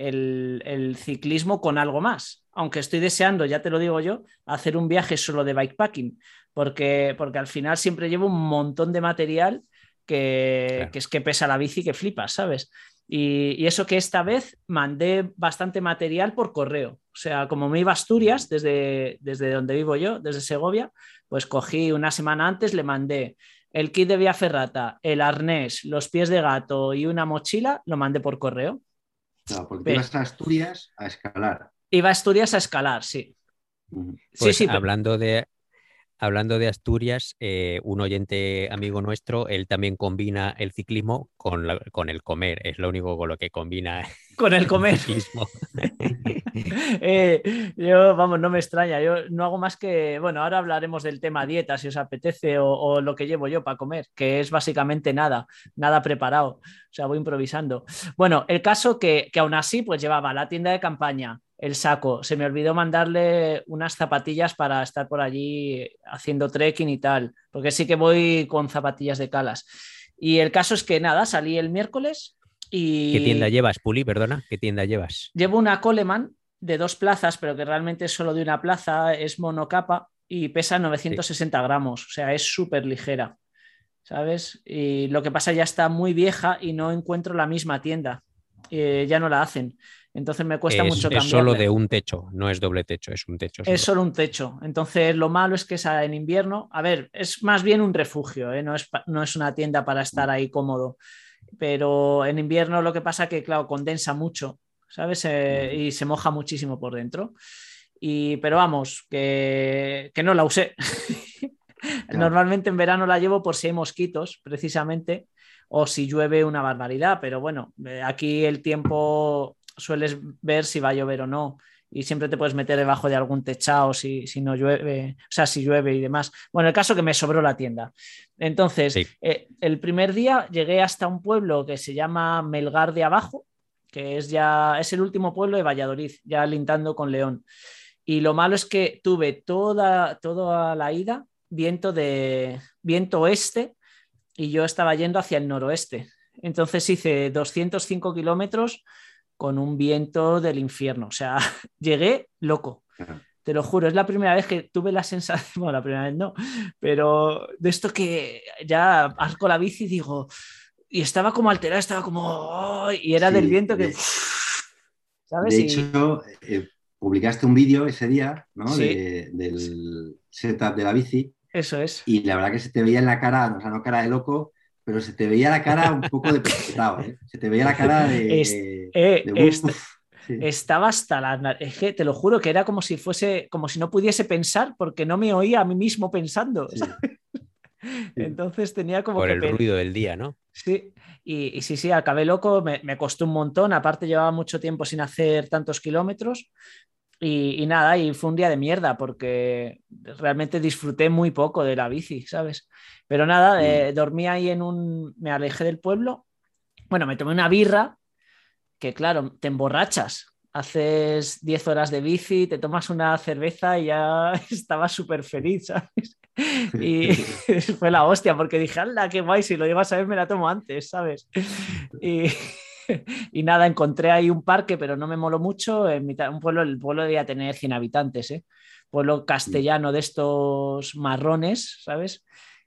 el, el ciclismo con algo más, aunque estoy deseando, ya te lo digo yo, hacer un viaje solo de bikepacking, porque, porque al final siempre llevo un montón de material que, Claro. que es que pesa la bici que flipas, ¿sabes? Y, y eso que esta vez mandé bastante material por correo. O sea, como me iba a Asturias, desde, desde donde vivo yo, desde Segovia, pues cogí una semana antes, le mandé el kit de vía ferrata, el arnés, los pies de gato y una mochila, lo mandé por correo. No, porque te Ve, ibas a Asturias a escalar. iba a Asturias a escalar, sí. Ujú. Sí, Pues sí, pe- hablando de, hablando de Asturias, eh, un oyente amigo nuestro, él también combina el ciclismo con, la- con el comer. Es lo único con lo que combina con el el comer. ciclismo. Eh, yo, vamos, no me extraña. Yo no hago más que, bueno, ahora hablaremos del tema dieta, si os apetece, o, o lo que llevo yo para comer, que es básicamente nada, nada preparado. O sea, voy improvisando. Bueno, el caso que, que aún así, pues llevaba la tienda de campaña, el saco. Se me olvidó mandarle unas zapatillas para estar por allí haciendo trekking y tal, porque sí que voy con zapatillas de calas. Y el caso es que nada, salí el miércoles ¿Qué tienda y llevas, Puli? Perdona, ¿qué tienda llevas? llevo una Coleman de dos plazas, pero que realmente es solo de una plaza, es monocapa y pesa Sí. novecientos sesenta gramos, o sea, es súper ligera, ¿sabes? Y lo que pasa ya está muy vieja y no encuentro la misma tienda. eh, ya no la hacen. Entonces me cuesta es, mucho es cambiarla. solo de un techo, no es doble techo, es un techo. Solo. Es solo un techo. Entonces lo malo es que esa en invierno, a ver, es más bien un refugio, ¿eh? No es, no es una tienda para estar ahí cómodo. Pero en invierno lo que pasa es que, claro, condensa mucho, ¿sabes? Eh, y se moja muchísimo por dentro. Y, pero vamos, que, que no la usé. Claro. Normalmente en verano la llevo por si hay mosquitos, precisamente, o si llueve una barbaridad, pero bueno, aquí el tiempo sueles ver si va a llover o no, y siempre te puedes meter debajo de algún techado si, si no llueve, o sea, si llueve y demás. Bueno, el caso que me sobró la tienda. Entonces, sí. eh, el primer día llegué hasta un pueblo que se llama Melgar de Abajo, que es ya, es el último pueblo de Valladolid, ya lindando con León. Y lo malo es que tuve toda, toda la ida viento de viento oeste y yo estaba yendo hacia el noroeste. Entonces hice doscientos cinco kilómetros con un viento del infierno. O sea, llegué loco. Ajá. Te lo juro, es la primera vez que tuve la sensación, bueno, la primera vez no, pero de esto que ya arco la bici y digo, y estaba como alterada, estaba como, oh, y era sí, del viento que... De, ¿sabes? De hecho, y... eh, publicaste un vídeo ese día, ¿no? Sí. De, del setup de la bici. Eso es. Y la verdad que se te veía en la cara, o sea, no cara de loco, pero se te veía la cara un poco de pesado, ¿eh? Se te veía la cara de... Es, eh, de est sí. Estaba hasta la... Es que te lo juro que era como si fuese, como si no pudiese pensar porque no me oía a mí mismo pensando. Sí. Sí. Entonces tenía como Por que... el ruido del día, ¿no? Sí, y, y sí, sí, acabé loco, me, me costó un montón, aparte llevaba mucho tiempo sin hacer tantos kilómetros. Y, y nada, y fue un día de mierda porque realmente disfruté muy poco de la bici, ¿sabes? Pero nada, eh, dormí ahí en un... Me alejé del pueblo. Bueno, me tomé una birra, que claro, te emborrachas. Haces diez horas de bici, te tomas una cerveza y ya estaba súper feliz, ¿sabes? Y fue la hostia porque dije, ¡hala, qué guay! Si lo llevas a ver me la tomo antes, ¿sabes? Y... Y nada, encontré ahí un parque, pero no me moló mucho. En mitad, un pueblo, el pueblo debía tener cien habitantes, ¿eh? Pueblo castellano de estos marrones, ¿sabes?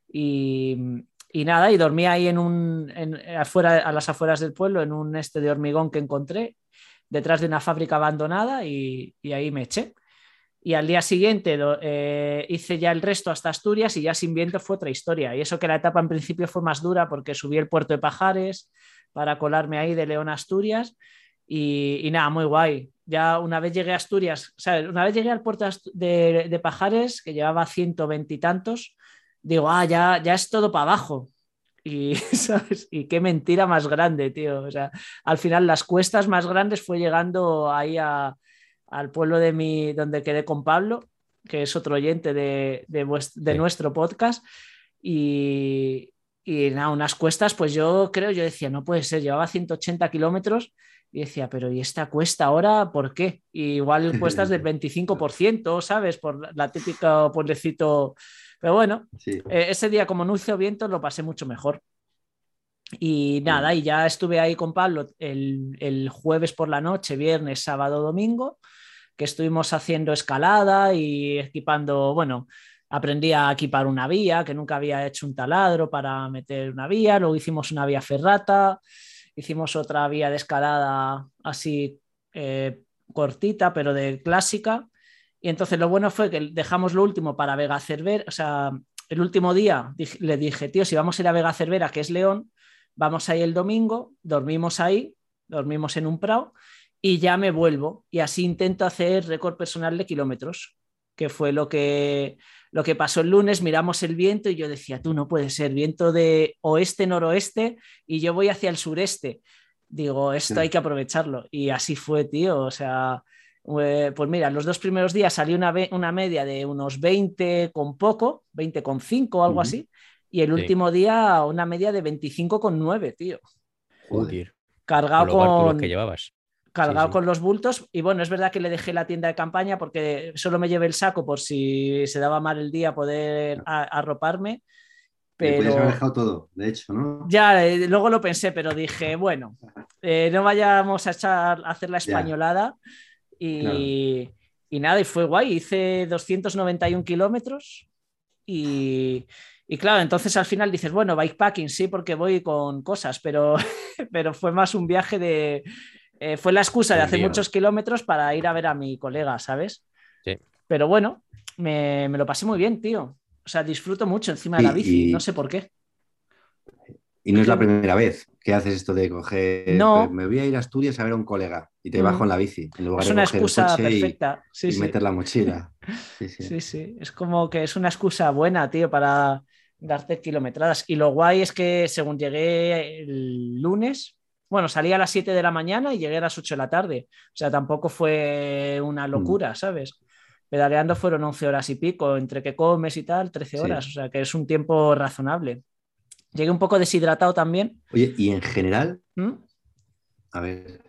Y, y nada, y dormí ahí en un, en, afuera, a las afueras del pueblo, en un este de hormigón que encontré, detrás de una fábrica abandonada, y, y ahí me eché. Y al día siguiente eh, hice ya el resto hasta Asturias y ya sin viento fue otra historia. Y eso que la etapa en principio fue más dura porque subí el puerto de Pajares para colarme ahí de León a Asturias y, y nada, muy guay. Ya una vez llegué a Asturias, o sea, una vez llegué al puerto de, de Pajares, que llevaba ciento veinte y tantos, digo, ah, ya, ya es todo para abajo. Y, ¿sabes? Y qué mentira más grande, tío. O sea, al final las cuestas más grandes fue llegando ahí a... al pueblo de mi, donde quedé con Pablo, que es otro oyente de, de, vuestro, de sí. nuestro podcast, y, y nada, unas cuestas, pues yo creo, yo decía, no puede ser, llevaba ciento ochenta kilómetros, y decía, pero ¿y esta cuesta ahora por qué? Y igual cuestas del veinticinco por ciento, ¿sabes? Por la típica pueblecito, pero bueno, sí. eh, ese día como no hizo viento lo pasé mucho mejor. Y nada, y ya estuve ahí con Pablo el, el jueves por la noche, viernes, sábado, domingo, que estuvimos haciendo escalada y equipando, bueno, aprendí a equipar una vía, que nunca había hecho un taladro para meter una vía, luego hicimos una vía ferrata, hicimos otra vía de escalada así eh, cortita, pero de clásica, y entonces lo bueno fue que dejamos lo último para Vega Cervera, o sea, el último día le dije, tío, si vamos a ir a Vega Cervera, que es León, vamos ahí el domingo, dormimos ahí, dormimos en un prado y ya me vuelvo y así intento hacer récord personal de kilómetros, que fue lo que, lo que pasó el lunes. Miramos el viento y yo decía, tú no puede ser, viento de oeste-noroeste y yo voy hacia el sureste. Digo, esto sí. Hay que aprovecharlo y así fue, tío, o sea... Pues mira, los dos primeros días salió una, una media de unos veinte con poco, veinte con cinco o algo uh-huh. así. Y el sí. último día una media de veinticinco con nueve, tío. Joder. Cargado con, con... Los que llevabas. Cargado sí, sí. con los bultos. Y bueno, es verdad que le dejé la tienda de campaña porque solo me llevé el saco por si se daba mal el día poder a, arroparme. Pero... Puedes haber dejado todo, de hecho, ¿no? Ya, eh, luego lo pensé, pero dije, bueno, eh, no vayamos a, echar, a hacer la españolada. Y, claro. y nada, y fue guay. Hice doscientos noventa y uno kilómetros y... Y claro, entonces al final dices, bueno, bikepacking sí, porque voy con cosas, pero, pero fue más un viaje de... eh, fue la excusa de Un hacer día. muchos kilómetros para ir a ver a mi colega, ¿sabes? Sí. Pero bueno, me, me lo pasé muy bien, tío. O sea, disfruto mucho encima de la bici, no Y, sé por qué. y no es la primera vez que haces esto de coger, pues, No, me voy a ir a Asturias a ver a un colega y te bajo mm, en la bici, en lugar es de una coger el excusa coche y, perfecta, sí, y sí. meter la mochila. Sí, sí. Sí, sí, es como que es una excusa buena, tío, para darte kilometradas. Y lo guay es que según llegué el lunes, bueno, salí a las siete de la mañana y llegué a las ocho de la tarde. O sea, tampoco fue una Mm, locura, ¿sabes? Pedaleando fueron once horas y pico, entre que comes y tal, trece sí. horas. O sea, que es un tiempo razonable. Llegué un poco deshidratado también. Oye, y en general, ¿Mm? a ver,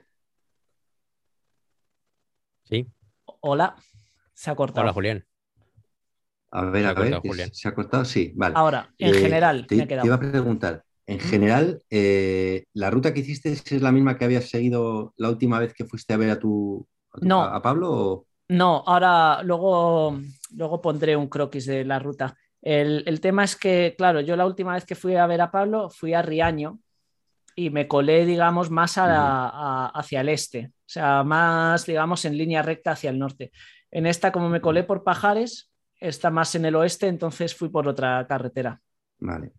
Sí. Hola, se ha Hola, cortado. Julián. a ver, Se a ha ver, cortado, que se Julián. se ha cortado, sí, vale. Ahora, en Eh, general, me te, he te iba quedado. a preguntar, en ¿Mm? general, eh, ¿la ruta que hiciste es la misma que habías seguido la última vez que fuiste a ver a tu, a, tu- a- No, a Pablo? O- no, ahora luego, luego pondré un croquis de la ruta. El, el tema es que, claro, yo la última vez que fui a ver a Pablo fui a Riaño y me colé, digamos, más a Ujú, la- a- hacia el este, o sea, más, digamos, en línea recta hacia el norte. En esta, como me colé ujú, por Pajares, está más en el oeste, entonces fui por otra carretera. vale.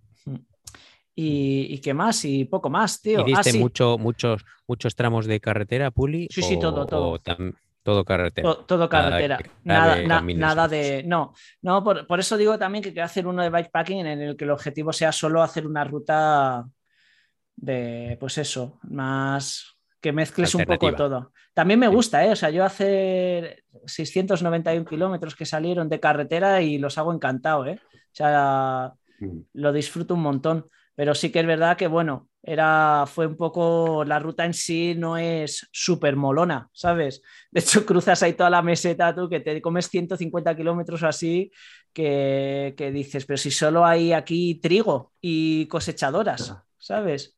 ¿Y, y qué más? Y poco más, tío. Ah, ¿Hiciste sí, mucho, muchos, muchos tramos de carretera, Puli? sí, sí, todo, ¿O, todo. o tam- todo carretera? To- Todo Nada de carretera, nada, grave, na- caminos y nada cosas. de. No, no, por, por eso digo también que quiero hacer uno de bikepacking en el que el objetivo sea solo hacer una ruta de, pues eso, más que mezcles un poco Alternativa. todo. También me Sí. gusta, ¿eh? O sea, yo hacer seiscientos noventa y uno kilómetros que salieron de carretera y los hago encantado, ¿eh? O sea, Ujú. lo disfruto un montón. Pero sí que es verdad que, bueno, era, fue un poco, la ruta en sí no es súper molona, ¿sabes? De hecho, cruzas ahí toda la meseta, tú, que te comes ciento cincuenta kilómetros o así, que, que dices, pero si solo hay aquí trigo y cosechadoras, ¿sabes?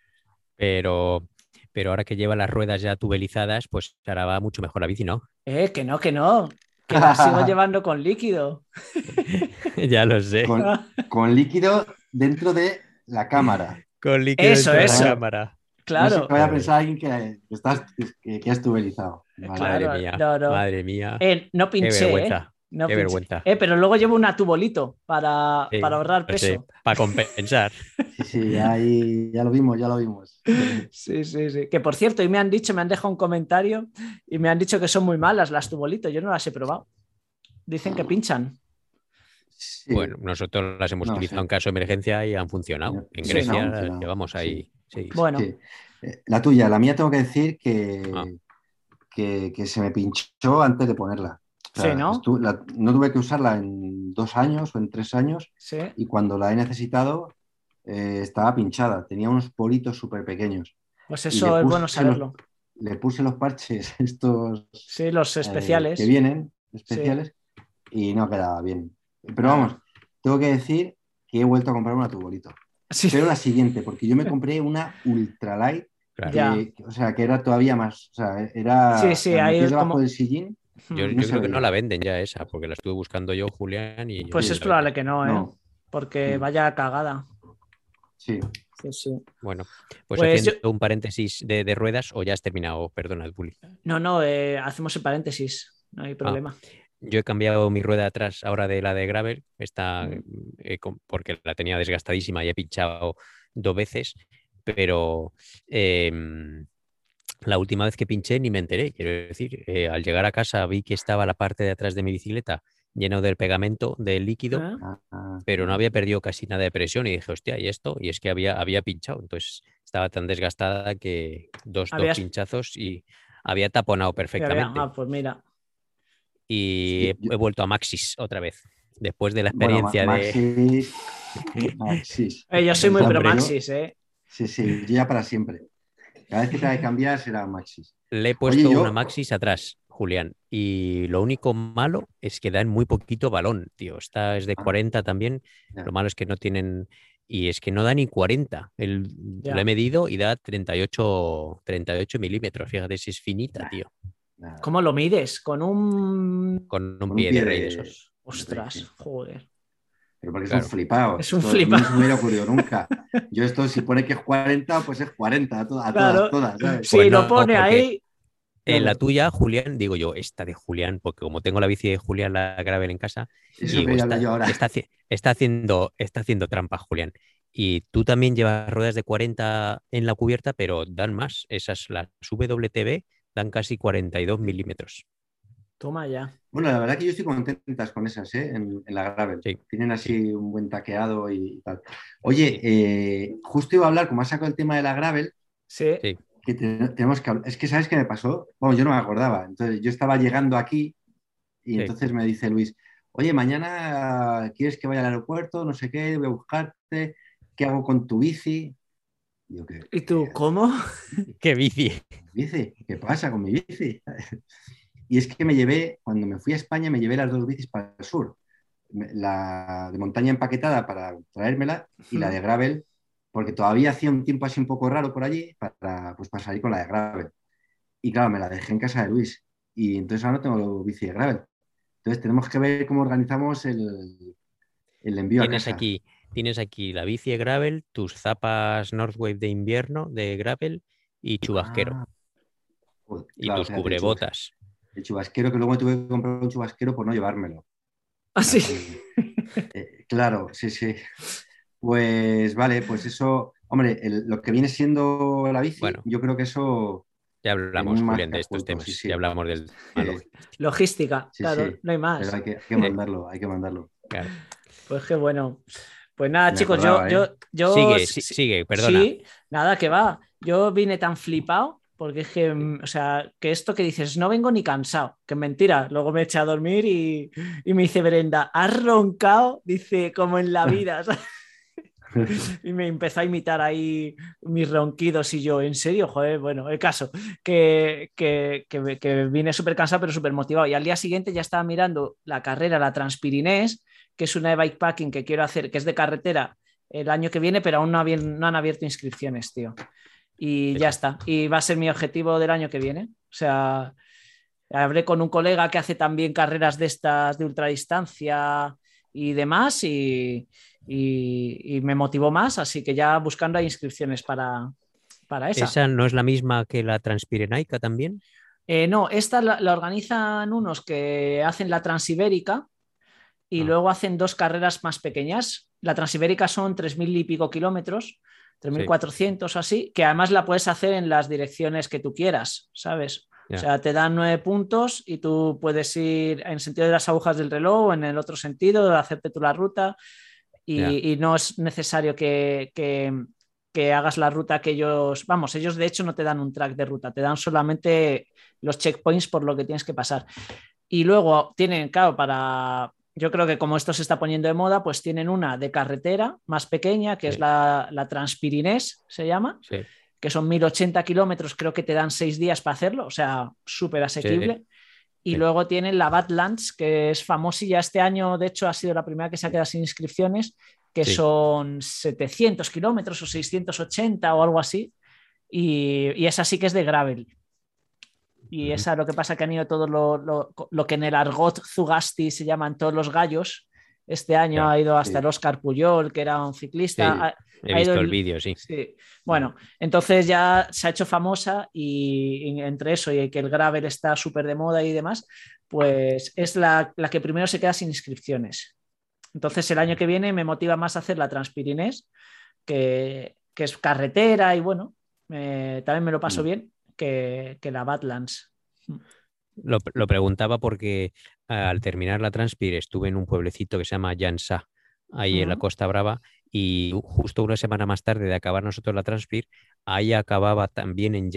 Pero, pero ahora que lleva las ruedas ya tubelizadas, pues ahora va mucho mejor la bici, ¿no? Eh, que no, que no, que la sigo llevando con líquido. Ya lo sé. Con, con líquido dentro de la cámara. Con líquido Eso, dentro de la eso, cámara. No se claro, vaya a Joder. pensar alguien que, que estás, que, que has tubelizado. Vale. Madre claro, mía, no, no. madre mía. Eh, no Qué pinché, ¿eh? vergüenza, No qué pinché. vergüenza. Eh, pero luego llevo una tubolito para, para Sí, ahorrar no sé, peso. para compensar. Sí, sí, ahí ya lo vimos, ya lo vimos. Sí, sí, sí. Que por cierto, y me han dicho, me han dejado un comentario y me han dicho que son muy malas las tubolitos. Yo no las he probado. Dicen que pinchan. Sí, Bueno, nosotros las hemos no utilizado sé. en caso de emergencia y han Y funcionado. no- En Sí, nos ha ¿no? Grecia las funcionado. llevamos Sí, ahí, sí. Bueno, sí. Eh, La tuya, la mía tengo que decir Ah, que, que, que se me pinchó antes de ponerla. O sí, sea, ¿no? estu- la- no tuve que usarla en dos años o en tres años Sí. y cuando la he necesitado eh, estaba pinchada. Tenía unos politos súper pequeños Pues y le eso es bueno puse los, saberlo. le puse los parches estos Sí, los eh, que especiales. vienen Sí. especiales y no quedaba bien. Pero vamos, Ah, tengo que decir que he vuelto a comprar una tubolito. sí, Pero la siguiente, porque yo me compré una ultralight claro. ya. que, o sea, que era todavía más, o sea, Sí, era, sí, la metí hay debajo como. del sillín Yo, y Hmm. no yo se creo que no la veía. venden ya esa, porque la estuve buscando yo, Julián, y yo no Pues sé es si la Sí, probable venden. que no, ¿eh? no, Porque mm, vaya cagada. sí. Sí, sí. Bueno, pues Pues yo. haciendo un paréntesis de, de ruedas, o ya has terminado, perdona, Bully. No, no, eh, hacemos el paréntesis. No hay Ah, problema. yo he cambiado mi rueda atrás ahora de la de gravel, está, Mm. eh, com- porque la tenía desgastadísima y he pinchado dos veces, pero em, la última vez que pinché ni me enteré, quiero decir, eh, al llegar a casa vi que estaba la parte de atrás de mi bicicleta lleno del pegamento, del líquido, ¿Eh? Ah, ah, pero no había perdido casi nada de presión y dije, hostia, ¿y esto? Y es que había, había pinchado, entonces estaba tan desgastada que dos, dos Habías. pinchazos y había taponado Ya había. perfectamente. Ah, pues mira. Y sí, he, yo- he vuelto a Maxis otra vez, después de la bueno, Ma- experiencia de... Maxis, Maxis. Eh, yo soy muy pro Hombre, Yo, Maxis, ¿eh? sí, sí, yo ya para siempre. Cada vez que tenga que cambiar será Maxis. le he Oye, puesto una yo, Maxis atrás, Julián, y lo único malo es que dan muy poquito balón, tío. Esta es de ah, cuarenta también, lo ya, malo es que no tienen... Y es que no da ni cuarenta. El, lo he Ya. medido y da treinta y ocho, treinta y ocho milímetros. Fíjate si es finita, nah, tío. nada. ¿Cómo lo mides? Con un. Con un Con un pie de pie rey de de, esos. de rey, Ostras, sí. joder. pero porque Claro. son flipados. Es un Esto a mí flipado. no se me hubiera ocurrido nunca. Yo esto, si pone que es cuarenta, pues es cuarenta, a to- a Claro. todas, todas, ¿sabes? Sí, Pues lo no, pone porque ahí. en la Claro. tuya, Julián, digo yo, esta de Julián, porque como tengo la bici de Julián, la gravel en casa, Eso y digo, quería hablar está, yo ahora. está, haci- está haciendo, está haciendo trampa, Julián. Y tú también llevas ruedas de cuarenta en la cubierta, pero dan más. Esas, las W T B, dan casi cuarenta y dos milímetros. Toma ya. Bueno, la verdad que yo estoy contentas con esas, ¿eh? En, en la gravel. Sí, Tienen sí, así un buen taqueado y tal. Oye, eh, justo iba a hablar, como has sacado el tema de la gravel, Sí. sí. que te- tenemos que hablar. Es que, ¿sabes qué me pasó? Bueno, yo no me acordaba. Entonces, yo estaba llegando aquí y Sí. entonces me dice Luis, oye, mañana quieres que vaya al aeropuerto, no sé qué, voy a buscarte, ¿qué hago con tu bici? Y yo, ¿qué, ¿Y tú, qué, cómo? Qué bici. bici? ¿Qué pasa con mi bici? Y es que me llevé, cuando me fui a España, me llevé las dos bicis para el sur. La de montaña empaquetada para traérmela y la de gravel, porque todavía hacía un tiempo así un poco raro por allí para, pues, para salir con la de gravel. Y claro, me la dejé en casa de Luis. Y entonces ahora no tengo bici de gravel. Entonces tenemos que ver cómo organizamos el, el envío a Tienes casa. aquí, tienes aquí la bici de gravel, tus zapas Northwave de invierno de gravel y chubasquero. Ah, pues, Y claro, tus fíjate, el, chubas- cubrebotas. el chubasquero, que luego tuve que comprar un chubasquero por no llevármelo. Así. Así. Eh, claro, sí, sí. Pues vale, pues eso, hombre, el- lo que viene siendo la bici, Bueno, yo creo que eso ya tenemos hablamos, más Julián, que de a estos punto, sí, temas. Ya sí. hablamos del tema Sí, logístico. Logística, sí, claro, sí. no hay Pero más. hay que, hay que Eh, mandarlo, hay que mandarlo. claro. Pues qué bueno. Pues nada, Me chicos, yo, acordaba, ¿eh? yo, yo, Sigue, sí, si- sí, sigue, perdona. sí, nada, que va. Yo vine tan flipado porque es que, mm, o sea, que esto que dices, no vengo ni cansado, que es mentira. Luego me eché a dormir y, y me dice Brenda, ¿has roncado? Dice, como en la vida, ¿sabes? Y me empezó a imitar ahí mis ronquidos y yo, en serio, joder, bueno, el caso, que, que, que, que vine súper cansado pero súper motivado y al día siguiente ya estaba mirando la carrera, la Transpirinés, que es una de bikepacking que quiero hacer, que es de carretera el año que viene, pero aún no, habían, no han abierto inscripciones, tío. Y Sí, ya sí. está, y va a ser mi objetivo del año que viene, o sea, hablé con un colega que hace también carreras de estas de ultradistancia y demás y, y, y me motivó más, así que ya buscando hay inscripciones para, para esa. ¿Esa no es la misma que la Transpirenaica también? Eh, no, esta la, la, organizan unos que hacen la Transibérica y Ah, luego hacen dos carreras más pequeñas. La Transibérica son tres mil y pico kilómetros, tres mil sí, cuatrocientos así, que además la puedes hacer en las direcciones que tú quieras, ¿sabes? O ya. sea, te dan nueve puntos y tú puedes ir en sentido de las agujas del reloj o en el otro sentido, hacerte tú la ruta Ya. y, y no es necesario que, que, que, hagas la ruta que ellos, vamos, ellos de hecho no te dan un track de ruta, te dan solamente los checkpoints por lo que tienes que pasar. Y luego tienen, claro, para, yo creo que como esto se está poniendo de moda, pues tienen una de carretera más pequeña, que Sí, es la, la Transpirinés, se llama, sí, que son mil ochenta kilómetros, creo que te dan seis días para hacerlo, o sea, súper sí, asequible. Y sí. luego tienen la Badlands, que es famosilla este año, de hecho ha sido la primera que se ha quedado sin inscripciones, que Sí. son setecientos kilómetros o seiscientos ochenta o algo así. Y, y esa sí que es de gravel. Y Ujú. esa lo que pasa que han ido todos lo, lo, lo que en el argot Zugasti se llaman todos los gallos. Este año Ya. ha ido hasta Sí, el Oscar Puyol, que era un ciclista. Sí, Ha, he ha ido visto el el, vídeo, sí. sí. Bueno, entonces ya se ha hecho famosa y, y entre eso y que el gravel está súper de moda y demás, pues es la, la que primero se queda sin inscripciones. Entonces el año que viene me motiva más a hacer la Transpirinés, que, que es carretera y bueno, eh, también me lo paso bien que, que la Badlands. Lo, lo preguntaba porque al terminar la Transpir estuve en un pueblecito que se llama Llançà, ahí en la Uh-huh. Costa Brava, y justo una semana más tarde de acabar nosotros la Transpir, ahí acababa también en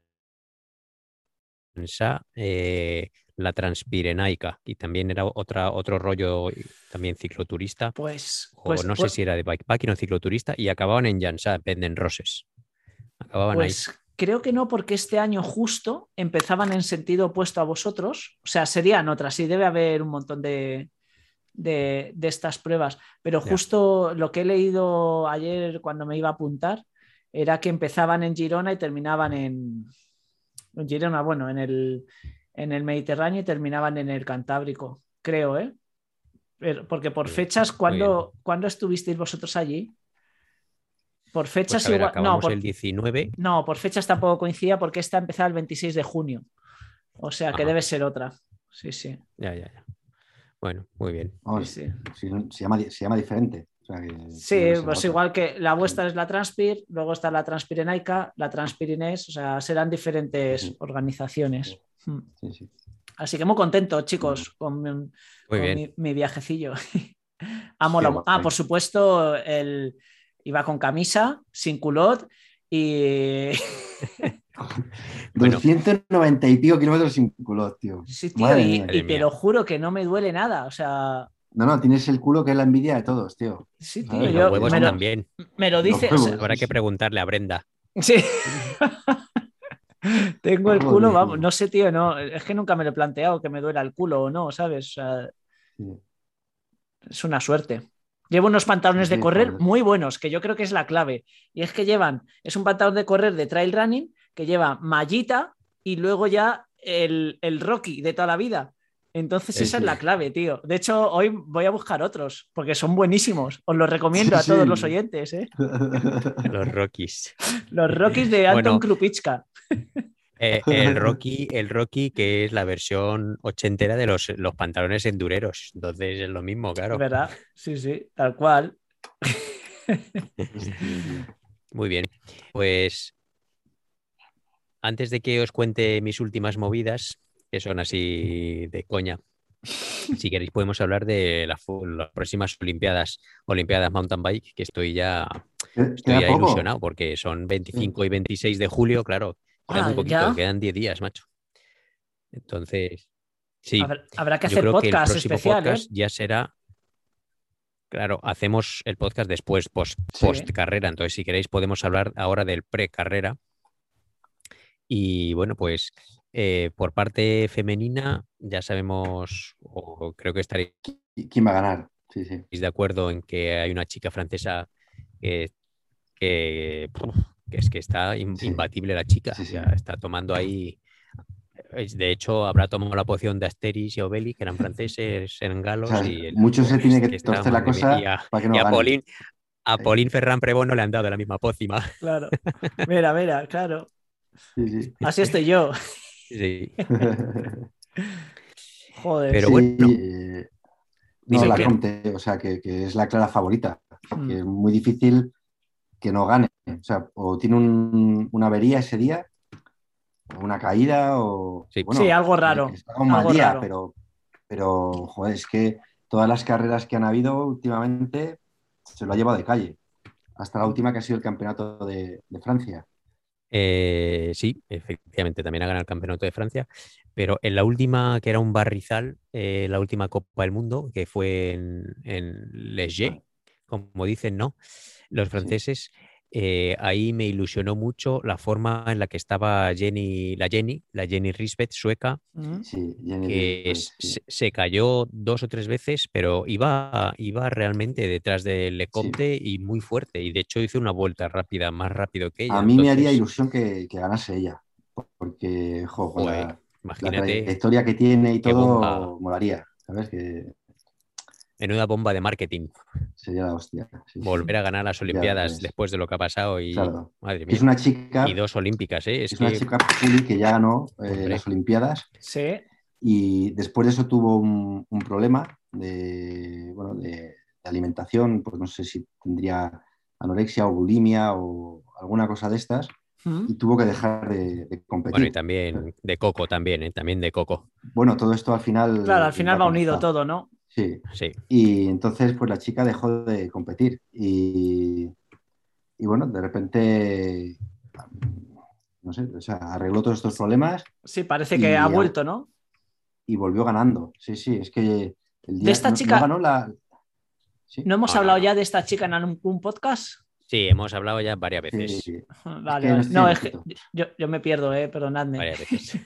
Llançà eh, la Transpirenaica, y también era otra, otro rollo también cicloturista, Pues, o pues, no sé pues, si era de bikepacking o cicloturista, y acababan en Llançà, Pendenroses. Acababan ahí. pues creo que no, porque este año justo empezaban en sentido opuesto a vosotros. O sea, serían otras, sí, debe haber un montón de, de, de estas pruebas. Pero Ya. justo lo que he leído ayer cuando me iba a apuntar era que empezaban en Girona y terminaban en, en Girona, bueno, en el, en el Mediterráneo y terminaban en el Cantábrico, creo, ¿eh? Pero, porque por Muy bien, fechas, muy bien. ¿cuándo, ¿cuándo estuvisteis vosotros allí? Por fechas Pues a ver, igual. No, acabamos por, el diecinueve. no, por fechas tampoco coincidía porque esta empezaba el veintiséis de junio. O sea que Ajá, debe ser otra. Sí, sí. ya, ya, ya. Bueno, muy bien. Sí, Vamos, sí. si- se llama, se llama diferente. O sea, que Sí, tiene que ser la pues otra. igual que la Sí, vuestra es la Transpir, luego está la Transpirenaica, la Transpirinés, o sea, serán diferentes sí, organizaciones. Hmm. sí, sí. Así que muy contento, Bueno, chicos, con, mi- Muy con bien. mi, mi viajecillo. Amo qué la... Ah, por guay. supuesto, el... iba con camisa, sin culot y... Bueno, doscientos noventa y pico kilómetros sin culot, tío. Sí, tío, Madre y, mía. y madre te mía. lo juro que no me duele nada. O sea, No, no, tienes el culo que es la envidia de todos, tío. sí, tío, Y ¿Sabes? los yo Que huevos me lo, vamos, también. me lo los dice, o sea, huevos, Habrá sí, que sí. preguntarle a Brenda. sí, tengo el culo, Joder, vamos, tío. no sé, tío, no, es que nunca me lo he planteado que me duela el culo o no, ¿sabes? O sea, Sí, es una suerte. Llevo unos sí, pantalones de sí, correr joder. muy buenos, que yo creo que es la clave. Y es que llevan, es un pantalón de correr de trail running que lleva mallita y luego ya el, el Rocky de toda la vida. Entonces Sí, esa es sí. la clave, tío. De hecho, hoy voy a buscar otros, porque son buenísimos. Os los recomiendo Sí, a todos los sí. oyentes, ¿eh? Los Rockies. Los Rockies de Anton Bueno, Krupicka. eh, el Rocky, el Rocky, que es la versión ochentera de los, los pantalones endureros. Entonces es lo mismo, Es claro. verdad, sí, sí, tal cual. Hostia, tío. Muy bien. Pues antes de que os cuente mis últimas movidas, que son así de coña, si queréis podemos hablar de la fu- las próximas Olimpiadas, Olimpiadas Mountain Bike, que estoy ya, ¿Queda estoy queda ya poco? ilusionado porque son Sí. veinticinco y veintiséis de julio, claro, queda Ah, muy poquito, ya. quedan diez días, macho. Entonces, sí, Habrá, habrá que yo hacer creo que el podcast próximo especial, ¿eh? podcast ya será, claro, hacemos el podcast después, post, post Sí. carrera, entonces si queréis podemos hablar ahora del pre-carrera. Y bueno, pues eh, por parte femenina ya sabemos, o creo que estaréis ¿Y quién va a ganar? Sí, sí. de acuerdo en que hay una chica francesa que, que, puf, que es que está im- Sí, imbatible la chica, sí, ya sí. está tomando ahí, es- de hecho habrá tomado la poción de Asterix y Obelix, que eran franceses, eran O galos, sea, y el- mucho se uf, tiene es que que está, torcer la madre mía, y cosa a, para que y no a gane. Pauline, a Ahí. Pauline Ferrand Prevot no le han dado la misma pócima. Claro. Mira, mira, claro. Sí, sí. Así estoy yo. Sí, Joder. pero Sí, bueno, eh, no, dime, la ¿Qué? Brian. Comte, o sea, que, que es la clara favorita, Hmm. que es muy difícil que no gane. O sea, o tiene un- una avería ese día, o una caída, o Sí. Sí, bueno, algo que, raro. que está un mal Algo día, raro. pero, pero, joder, es que todas las carreras que han habido últimamente se lo ha llevado de calle, hasta la última que ha sido el campeonato de, de Francia. Eh, sí, efectivamente, también ha ganado el Campeonato de Francia, pero en la última, que era un barrizal, eh, la última Copa del Mundo, que fue en, en Les Ah, Gets, como dicen, ¿no? Los sí, franceses, eh, ahí me ilusionó mucho la forma en la que estaba Jenny, la Jenny, la Jenny Risbeth, sueca, Hmm. sí, Jenny que Rivers, es- sí, se, se cayó dos o tres veces, pero iba, iba realmente detrás del sí. Lecomte y muy fuerte, y de hecho hizo una vuelta rápida, más rápido que A ella, mí me haría entonces... ilusión que, que ganase ella, porque, jo, con Joder, la, la imagínate trayectoria que tiene y qué bomba, todo, molaría, ¿sabes? Que menuda bomba de marketing. sería la hostia, sí, sí, Volver a ganar las ya Olimpiadas ves, después de lo que ha pasado y, claro. madre Que es mía, una y chica, dos olímpicas, ¿eh? Es es una que, chica Juli, que ya ganó eh, hombre, las Olimpiadas Sí. y después de eso tuvo un, un problema de, bueno, de, de alimentación, pues no sé si tendría anorexia o bulimia o alguna cosa de estas, Hmm. y tuvo que dejar de, de bueno, y competir. también de Coco también, ¿eh? También de Coco, Bueno, todo esto al Claro, final al final va va unido conectado. todo, ¿no? Sí. sí. Y entonces, pues la chica dejó de competir. Y, y bueno, de repente, no sé, o sea, arregló todos estos problemas Sí, parece que ha y, vuelto, ¿no? y volvió ganando. Sí, sí, es que el De día esta no, no chica, ganó la. Sí, ¿no hemos No, no, hablado no. ya de esta chica en algún podcast? Sí, hemos hablado ya varias sí. veces, Es Vale, que no vale. estoy No, en es que Egipto. yo, yo me pierdo, eh, perdonadme. varias veces.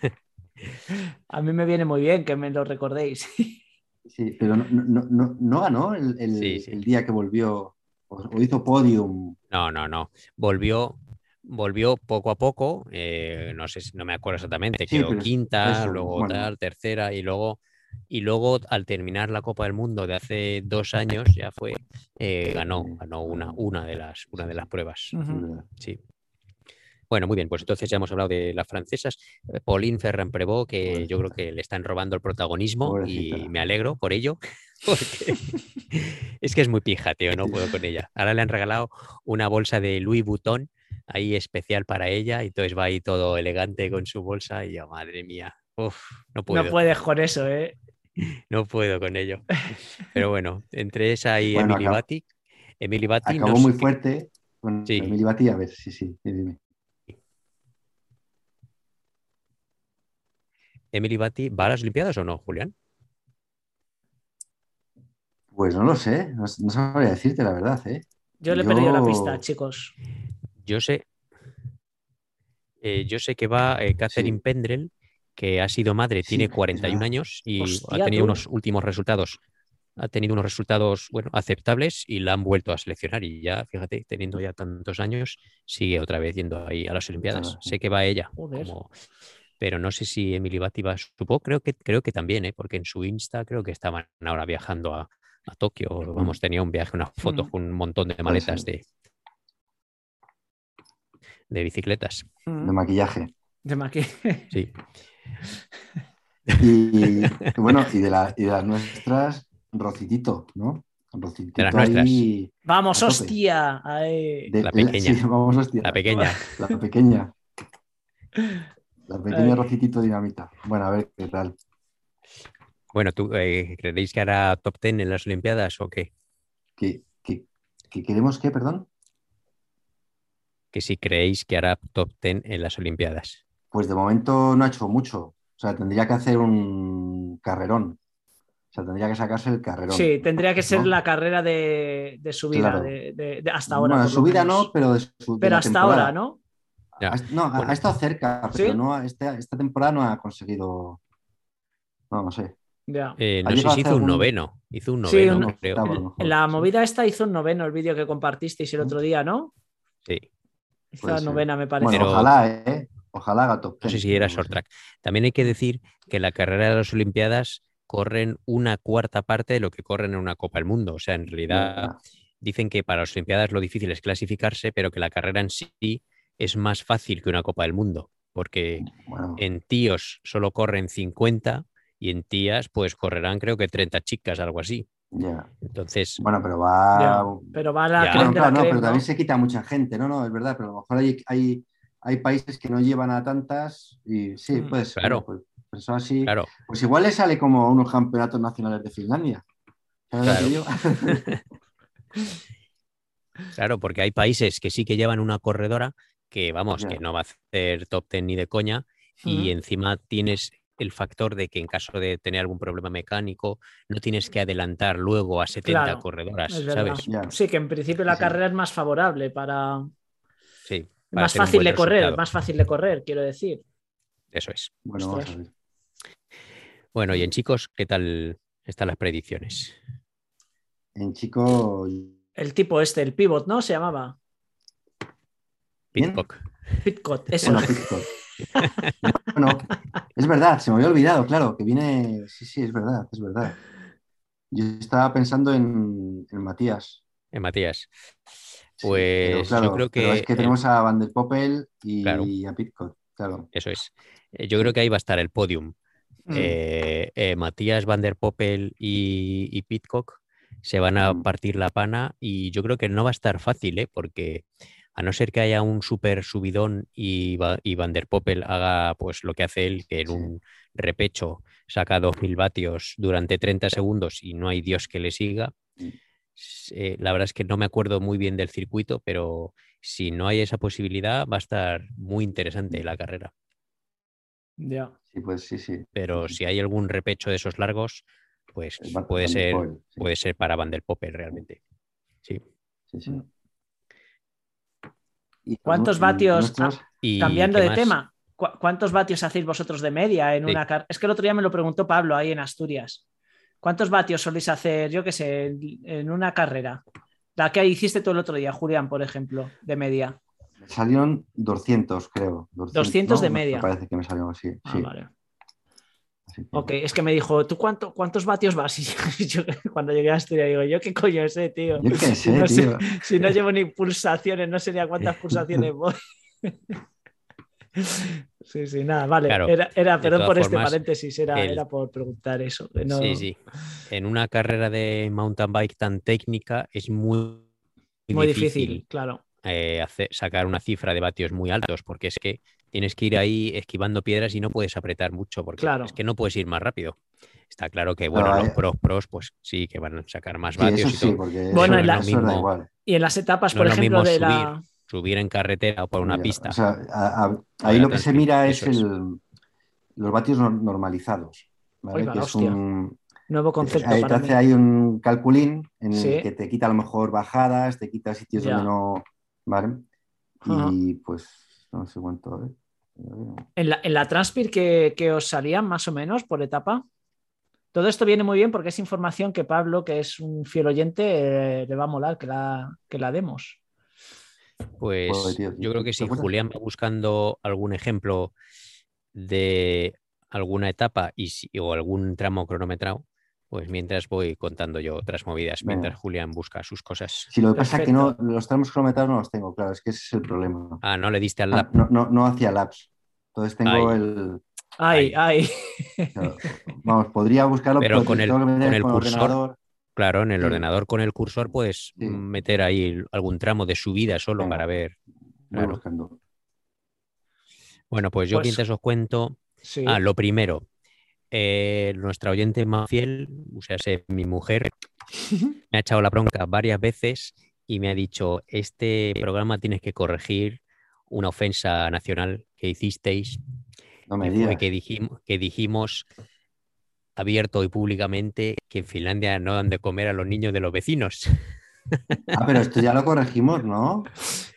A mí me viene muy bien que me lo recordéis. Sí, pero no, no, no, no ganó el, Sí, el- sí. el día que volvió o, o hizo podium. No, no, no. Volvió, volvió poco a poco, eh, no sé, si- no me acuerdo exactamente, Sí, quedó pero es- quinta, eso, luego bueno, tal, tercera y luego y luego al terminar la Copa del Mundo de hace dos años ya fue, eh, ganó, ganó una, una, de las, una de las pruebas. Ujú. Sí. Bueno, muy bien, pues entonces ya hemos hablado de las francesas. Eh, Pauline Ferrand-Prévot, que Pobrecita. yo creo que le están robando el protagonismo Pobrecita. y me alegro por ello, porque es que es muy pija, tío, no puedo con ella. Ahora le han regalado una bolsa de Louis Vuitton ahí especial para ella y entonces va ahí todo elegante con su bolsa y yo, madre mía, uf, no No puedo, puedes con eso, ¿eh? no puedo con ello. Pero bueno, entre esa y Bueno, Emily acab- Batty, Emily Batty, no acabó sé muy qué- fuerte con sí, Emily Batty. A ver, sí, sí, dime. Emily Batty, ¿va a las Olimpiadas o no, Julián? Pues no lo sé, no, no sabría decirte la verdad, ¿eh? Yo le he perdido la pista, Yo, chicos. Yo sé, eh, yo sé que va eh, Catherine sí, Pendrell, que ha sido madre, sí, tiene es cuarenta y un verdad. años y ha Hostia, tenido tú. unos últimos resultados. Ha tenido unos resultados, bueno, aceptables y la han vuelto a seleccionar. Y ya, fíjate, teniendo ya tantos años, sigue otra vez yendo ahí a las Olimpiadas. Claro, sí. Sé que va ella, Joder. como, pero no sé si Emily Batty va, supongo, creo que, creo que también, ¿eh? Porque en su Insta creo que estaban ahora viajando a, a Tokio. Vamos, Mm, tenía un viaje, unas fotos Mm, con un montón de puede ser. maletas de, de bicicletas. De mm. maquillaje. De maqui- Sí. Y bueno, y de, la, y de las nuestras, Rocitito, ¿no? De las Rocitito nuestras, ahí Vamos, a tope. hostia. Ahí. De, la la- sí, pequeña, vamos, hostia, la la, pequeña. la pequeña, la pequeña Ay. Rocitito Dinamita. Bueno, a ver qué tal. Bueno, ¿tú eh, creéis que hará top ten en las Olimpiadas o qué? ¿Qué, qué, qué queremos qué, perdón? Que si creéis que hará top ten en las Olimpiadas. Pues de momento no ha hecho mucho. O sea, tendría que hacer un carrerón. O sea, tendría que sacarse el carrerón, Sí, tendría que ser ¿no? la carrera de, de su vida, Claro. de, de- de hasta ahora, Bueno, de por lo su vida no, menos. pero de, su- de Pero la hasta ahora, temporada. ¿no? Ya. Ha- no, ha, ha Bueno, estado cerca, pero ¿Sí? no ha- esta, esta temporada no ha conseguido. No, no sé. Ya. eh, ¿Ha no sé llegado a si hacer hizo un algún noveno. Hizo un Sí, noveno, un un- creo. octavo a lo el- mejor? la Sí. movida esta hizo un noveno, el vídeo que compartisteis el ¿Mm? otro día, ¿no? Sí. Hizo Puede la ser. novena, me Bueno, parece. Pero ojalá, ¿eh? Ojalá haga top no sé ten, si pero era no lo short sé. track. También hay que decir que la carrera de las Olimpiadas corren una cuarta parte de lo que corren en una Copa del Mundo. O sea, en realidad Ya, dicen que para las Olimpiadas lo difícil es clasificarse, pero que la carrera en sí es más fácil que una Copa del Mundo, porque bueno, en tíos solo corren cincuenta y en tías pues correrán creo que treinta chicas, algo así. ya. Entonces, Bueno, pero va. Ya. Pero va la creme ya, Bueno, de claro, la no, creme, pero también ¿no? se quita mucha gente, ¿no? No, es verdad, pero a lo mejor hay, hay, hay países que no llevan a tantas y sí, Mm. puede ser, ¿no? claro, Pues, pues eso así, claro, pues igual le sale como a unos campeonatos nacionales de Finlandia. ¿Sabes lo que te claro, digo? claro, porque hay países que sí que llevan una corredora que, vamos, que Ya, no va a hacer top ten ni de coña y Mm. encima tienes el factor de que en caso de tener algún problema mecánico no tienes que adelantar luego a setenta Claro, es corredoras, verdad. ¿sabes? ya, Sí, que en principio sí, la sí. carrera es más favorable para. Sí, para Más hacer un fácil buen de correr, resultado. más fácil de correr, quiero decir. Eso es. Bueno, vamos a Ostras. ver. Bueno, y en chicos, ¿qué tal están las predicciones? En chico, El tipo este, el pivot, ¿no? Se llamaba. ¿quién? Pitcock. Pitcott, eso. Bueno, Pitcock. Bueno, es verdad, se me había olvidado, claro, que viene. Sí, sí, es verdad, es verdad. Yo estaba pensando en, en Matías. En Matías. Sí, pero Pues yo claro, creo pero es que, que el, tenemos a Van der Poppel claro, y a Pitcock, claro. eso es. Eh, Yo creo Sí, que ahí va a estar el podium. Mm. sí. Eh, eh, Matías, Van der Poppel y, y Pidcock se van a Mm, partir la pana y yo creo que no va a estar fácil, ¿eh? Porque a no ser que haya un súper subidón y, Va- y Van der Poppel haga pues lo que hace él, que en sí. un repecho saca dos mil vatios durante treinta segundos y no hay Dios que le siga. Mm, s- eh, la verdad es que no me acuerdo muy bien del circuito, pero si no hay esa posibilidad va a estar muy interesante la carrera. Ya. sí, pues sí, sí. Pero si hay algún repecho de esos largos, pues El Van, puede Van der ser, Poel, sí, puede ser para Van der Poppel realmente. Sí. sí, sí. Mm. ¿Y, los ¿Cuántos nu- y vatios, ah, nuestros? ¿Y cambiando qué de más? tema, cu- cuántos vatios hacéis vosotros de media en Sí. una carrera? Es que el otro día me lo preguntó Pablo ahí en Asturias. ¿Cuántos vatios soléis hacer, yo qué sé, en, en una carrera? La que hiciste tú el otro día, Julián, por ejemplo, de media. Me salieron doscientos, creo. doscientos, doscientos de ¿no? Me media. parece que me salieron así. Ah, Sí, vale. Así que, Ok, es que me dijo, ¿tú cuánto, cuántos vatios vas? Y yo, cuando llegué a estudiar, digo, ¿yo qué coño sé, tío? yo qué Si sé, no sé, tío. si no llevo ni pulsaciones, no sé ni a cuántas pulsaciones voy. Sí, sí, nada, vale. Claro, Era, era de perdón todas por este formas, paréntesis, era, el, era por preguntar eso. que sí, No, sí, en una carrera de mountain bike tan técnica es muy muy difícil, difícil claro, eh, hacer- sacar una cifra de vatios muy altos, porque es que tienes que ir ahí esquivando piedras y no puedes apretar mucho, porque es claro. que no puedes ir más rápido. Está claro que, bueno, Claro, los hay- pros, pros, pues sí, que van a sacar más sí, eso vatios y sí, todo, porque pero Bueno, eso, no en es lo la, eso da mismo, igual. y en las etapas, no por es lo ejemplo, mismo de subir, la... subir en carretera o por una Ya, o pista sea, a- a- o de ahí la lo que se Transpir. mira es Eso es. el, los vatios nor- normalizados, Ahí ¿vale? va Que la es hostia. un... Nuevo Te, concepto ahí te para hace mí. ahí un calculín en el que Sí, te quita a lo mejor bajadas, te quita sitios donde ya. no... ¿Vale? Ajá. Y pues no sé cuánto, a ver. En la, en la Transpir que, que os salían más o menos por etapa. Todo esto viene muy bien porque es información que Pablo, que es un fiel oyente, eh, le va a molar que la, que la demos. Joder, Pues tío, ¿te, yo creo que te si acuerdas? Julián va buscando algún ejemplo de alguna etapa y si- o algún tramo cronometrado, pues mientras voy contando yo otras movidas, mientras Venga. Julián busca sus cosas. Si lo que pasa es que no, Perfecto. los tramos cronometrados no los tengo, claro, es que ese es el problema. Ah, no le diste al Ah, lap. no, no, no hacía laps. Entonces tengo Ay, el... Ay, ay. ay. Claro, vamos, podría buscarlo, Pero pero con te- el, tengo que con meter el con el cursor, ordenador. claro, en el Sí, ordenador con el cursor puedes sí, meter ahí algún tramo de subida solo para venga, ver. voy Claro. buscando. Bueno, pues yo Pues mientras os cuento. Ah, sí. lo primero, eh, nuestra oyente más fiel, o sea, sé, mi mujer, me ha echado la bronca varias veces y me ha dicho, este programa tienes que corregir una ofensa nacional que hicisteis No y me fue digas. que dijimos, que dijimos abierto y públicamente que en Finlandia no dan de comer a los niños de los vecinos. Ah, pero esto ya lo corregimos, ¿no?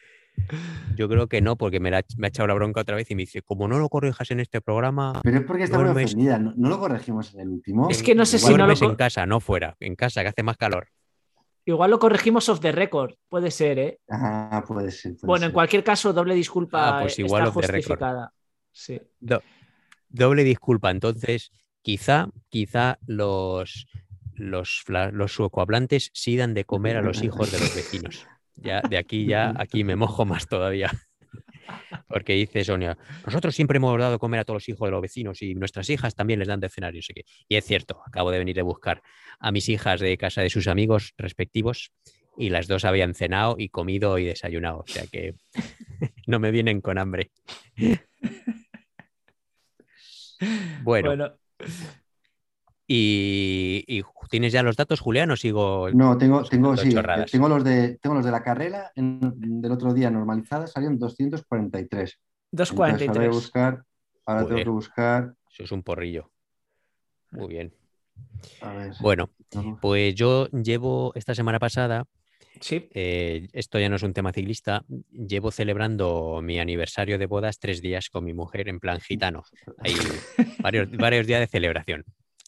Yo creo que no, porque me, la- me ha echado la bronca otra vez y me dice, como no lo corrijas en este programa, Pero es porque está muy duermes, ofendida. ¿No, no lo corregimos en el último? Es que no en- sé si Igual no lo... duermes en co- casa, no fuera, en casa, que hace más calor. Igual lo corregimos off the record. Puede ser, ¿eh? ah, puede ser, puede Bueno, en ser. cualquier caso, doble Ah, disculpa, pues eh, igual está of the record. justificada. Sí. Do- doble disculpa. Entonces, quizá, quizá los, los, fla- los suecohablantes sí dan de comer a los hijos de los vecinos. Ya, de aquí ya, aquí me mojo más todavía. Porque dice Sonia, nosotros siempre hemos dado de comer a todos los hijos de los vecinos y nuestras hijas también les dan de cenar y no sé qué. Y es cierto, acabo de venir a buscar a mis hijas de casa de sus amigos respectivos y las dos habían cenado y comido y desayunado. O sea que no me vienen con hambre. Bueno, Bueno, y, y ¿tienes ya los datos, Julián, o sigo No, tengo, tengo, soltando sí, eh, chorradas? tengo los de, tengo los de la carrera en- del otro día normalizadas, salieron doscientos cuarenta y tres. Entonces ahora voy a dos cuarenta y tres. buscar, ahora tengo que Joder, buscar, eso es un porrillo. Muy bien. a ver, Bueno, no, pues yo llevo esta semana pasada, Sí. eh, esto ya no es un tema ciclista, llevo celebrando mi aniversario de bodas tres días con mi mujer en plan gitano. Hay varios, varios días de celebración.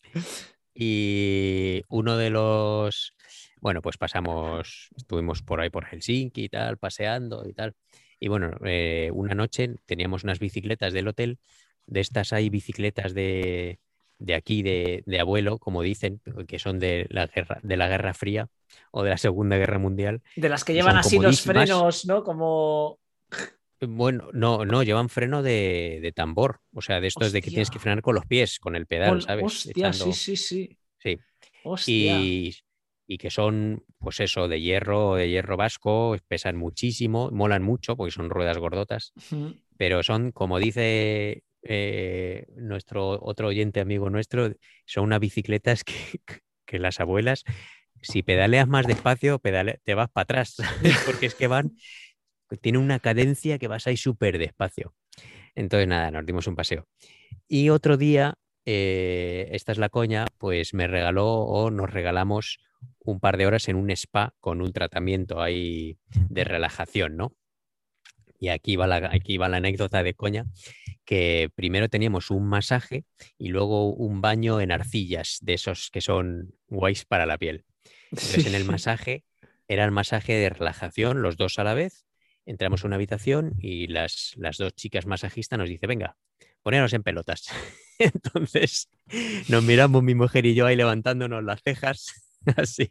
Y uno de los, bueno, pues pasamos, estuvimos por ahí por Helsinki y tal, paseando y tal. Y bueno, eh, una noche teníamos unas bicicletas del hotel, de estas hay bicicletas de, de aquí, de, de abuelo, como dicen, que son de la guerra, de la Guerra Fría o de la Segunda Guerra Mundial, De las que y llevan son así los comodísimas. frenos, ¿no? Como. Bueno, no, no, llevan freno de, de tambor, o sea, de estos de que Hostia. tienes que frenar con los pies, con el pedal, Con... ¿sabes? Hostia, sí, Echando, sí, sí. sí. Hostia. y, y que son, pues eso, de hierro, de hierro vasco, pesan muchísimo, molan mucho porque son ruedas gordotas, Ujú. pero son, como dice eh, nuestro otro oyente amigo nuestro, son unas bicicletas que, que las abuelas, si pedaleas más despacio, pedale, te vas para atrás, ¿sabes? Porque es que van, tienen una cadencia que vas ahí súper despacio. Entonces, nada, nos dimos un paseo. Y otro día, eh, esta es la coña, pues me regaló o nos regalamos un par de horas en un spa con un tratamiento ahí de relajación, ¿no? Y aquí va la, aquí va la anécdota de coña, que primero teníamos un masaje y luego un baño en arcillas, de esos que son guays para la piel. Entonces, en el Sí. masaje era el masaje de relajación, los dos a la vez. Entramos a una habitación y las, las dos chicas masajistas nos dice, venga, ponernos en pelotas. Entonces nos miramos mi mujer y yo ahí levantándonos las cejas, así.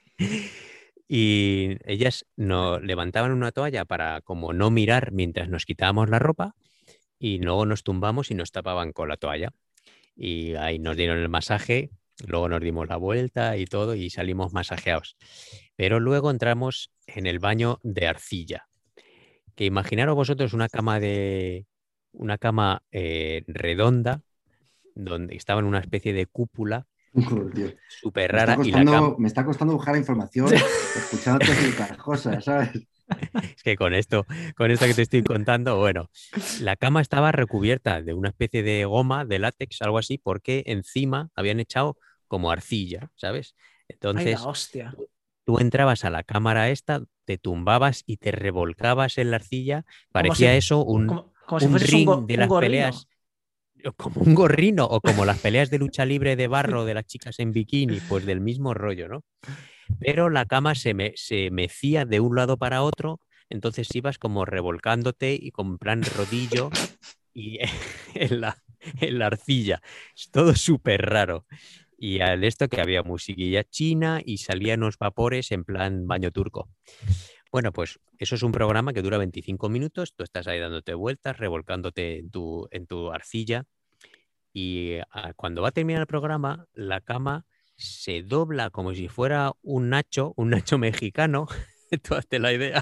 Y ellas nos levantaban una toalla para como no mirar mientras nos quitábamos la ropa y luego nos tumbamos y nos tapaban con la toalla. Y ahí nos dieron el masaje, luego nos dimos la vuelta y todo y salimos masajeados. Pero luego entramos en el baño de arcilla. Que imaginaros vosotros una cama de una cama eh, redonda donde estaba en una especie de cúpula súper me, está rara y la cama... me está costando buscar la información escuchándote ciertas cosas, ¿sabes? Es que con esto, con esto que te estoy contando, bueno, la cama estaba recubierta de una especie de goma, de látex, algo así, porque encima habían echado como arcilla, ¿sabes? Entonces, Ay, la hostia. tú entrabas a la cámara esta, te tumbabas y te revolcabas en la arcilla. Parecía si, eso un, como, como si un ring un go, de un las gorrino. peleas. Como un gorrino o como las peleas de lucha libre de barro de las chicas en bikini, pues del mismo rollo, ¿no? Pero la cama se, me, se mecía de un lado para otro, entonces ibas como revolcándote y con plan rodillo y en la, en la arcilla. Es todo súper raro. Y al esto que había musiquilla china y salían unos vapores en plan baño turco. Bueno, pues eso es un programa que dura veinticinco minutos, tú estás ahí dándote vueltas, revolcándote en tu, en tu arcilla y a, cuando va a terminar el programa, la cama se dobla como si fuera un nacho, un nacho mexicano, tú hazte la idea.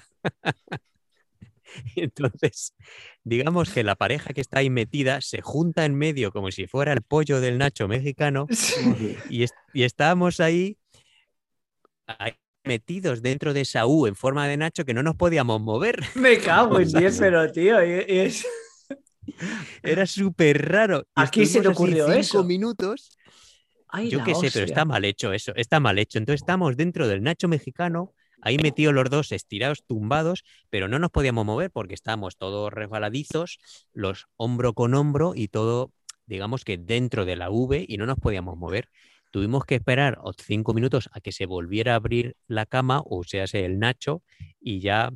Y entonces, digamos que la pareja que está ahí metida se junta en medio como si fuera el pollo del nacho mexicano y, est y estábamos ahí, ahí metidos dentro de esa U en forma de nacho que no nos podíamos mover. Me cago en diez, pero tío, es... Era súper raro. ¿A quién se le ocurrió cinco eso? minutos. Ay, yo qué sé, pero está mal hecho eso, está mal hecho. Entonces estamos dentro del nacho mexicano, ahí metidos los dos, estirados, tumbados, pero no nos podíamos mover porque estábamos todos resbaladizos, los hombro con hombro y todo, digamos que dentro de la V y no nos podíamos mover. Tuvimos que esperar cinco minutos a que se volviera a abrir la cama, o sea, el nacho, y ya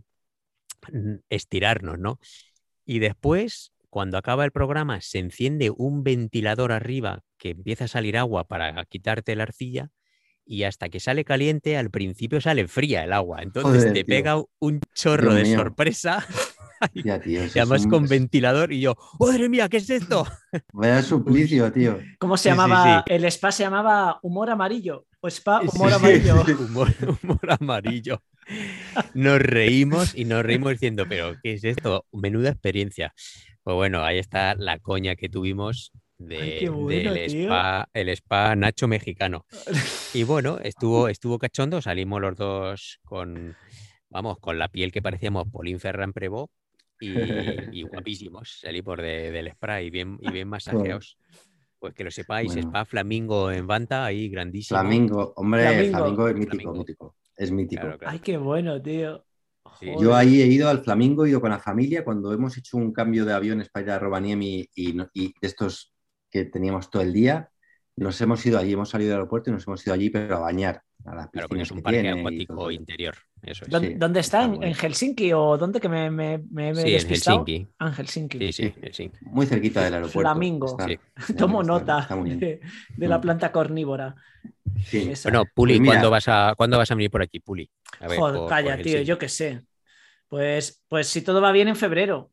estirarnos, ¿no? Y después, cuando acaba el programa, se enciende un ventilador arriba que empieza a salir agua para quitarte la arcilla y hasta que sale caliente, al principio sale fría el agua. Entonces Joder, te tío. pega un chorro Dios de mío. sorpresa. Ya, tío, y además un... con ventilador y yo, ¡madre mía, qué es esto! Vaya suplicio, tío. ¿Cómo se sí, llamaba? Sí, sí. El spa se llamaba Humor Amarillo. O Spa Humor sí, Amarillo. Sí, humor, humor Amarillo. Nos reímos y nos reímos diciendo, pero ¿qué es esto? Menuda experiencia. Pues bueno, ahí está la coña que tuvimos de, Ay, bueno, del spa, el spa Nacho mexicano. Y bueno, estuvo, estuvo cachondo, salimos los dos con, vamos, con la piel que parecíamos Paulín Ferrand Prévot y, y guapísimos. Salimos de, del spa y bien, y bien masajeados. Pues que lo sepáis, bueno. Spa Flamingo en Banta, ahí grandísimo. Flamingo, hombre, Flamingo, Flamingo es mítico, Flamingo. mítico. Es mítico. Claro, claro. Ay, qué bueno, tío. Joder. Yo ahí he ido al Flamingo, he ido con la familia cuando hemos hecho un cambio de aviones para ir a Rovaniemi y, y de estos que teníamos todo el día. Nos hemos ido allí, hemos salido del aeropuerto y nos hemos ido allí, pero a bañar. A las claro, porque es un que parque acuático interior. Eso es. ¿Dónde, sí, ¿dónde está? ¿En, ¿En Helsinki o dónde que me, me, me, me sí, he despistado? En Helsinki. Ah, en Helsinki. Sí, sí, Helsinki. Muy cerquita del aeropuerto. Flamingo. Está, sí. Tomo está, nota está muy bien. de, de la planta carnívora. Sí. Esa. Bueno, Puli, pues mira, ¿cuándo, vas a, ¿cuándo vas a venir por aquí, Puli? A ver, Joder, por, calla, por tío, yo qué sé. Pues, pues si todo va bien en febrero.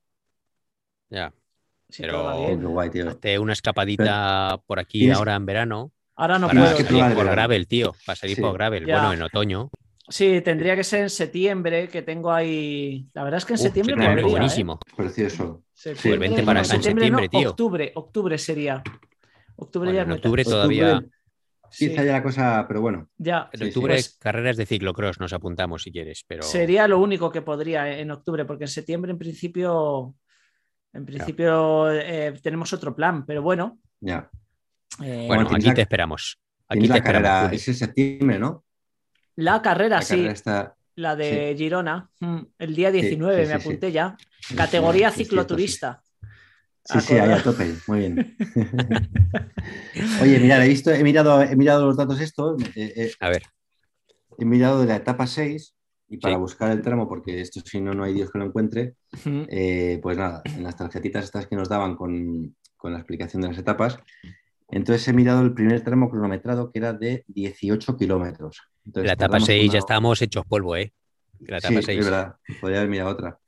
Ya. Si pero todo va bien. Oh, guay, tío. Hazte una escapadita pero por aquí tienes... ahora en verano. Ahora no para puedo. salir tío. por gravel, tío. Para salir sí. por gravel. Ya. Bueno, en otoño. Sí, tendría que ser en septiembre, que tengo ahí. La verdad es que en Uf, septiembre septiembre, podría, buenísimo. ¿eh? Precioso. Septiembre, pues vente para no, acá en septiembre, septiembre, no, tío. Octubre, octubre sería. Octubre bueno, ya en es octubre muy todavía. Octubre, quizá sí. ya la cosa, pero bueno. Ya. En sí, octubre sí. Pues, carreras de ciclocross nos apuntamos si quieres, pero. Sería lo único que podría en octubre, porque en septiembre en principio. En principio eh, tenemos otro plan, pero bueno. Ya. Eh, bueno, aquí la, te esperamos. Aquí te la esperamos. Carrera, es en septiembre, ¿no? La carrera, la sí. Carrera está... La de sí. Girona. El día diecinueve, sí, sí, me sí, apunté sí. ya. Categoría sí, cicloturista. Sí, sí, ahí a tope. Muy bien. Oye, mirad, he visto, he mirado, he mirado los datos estos. Eh, eh, a ver. He mirado de la etapa seis. Y para sí. buscar el tramo, porque esto si no, no hay Dios que lo encuentre, uh-huh. eh, pues nada, en las tarjetitas estas que nos daban con, con la explicación de las etapas. Entonces he mirado el primer tramo cronometrado, que era de dieciocho kilómetros. En la etapa seis ya estábamos hechos polvo, ¿eh? La etapa sí, seis. es verdad, podría haber mirado otra.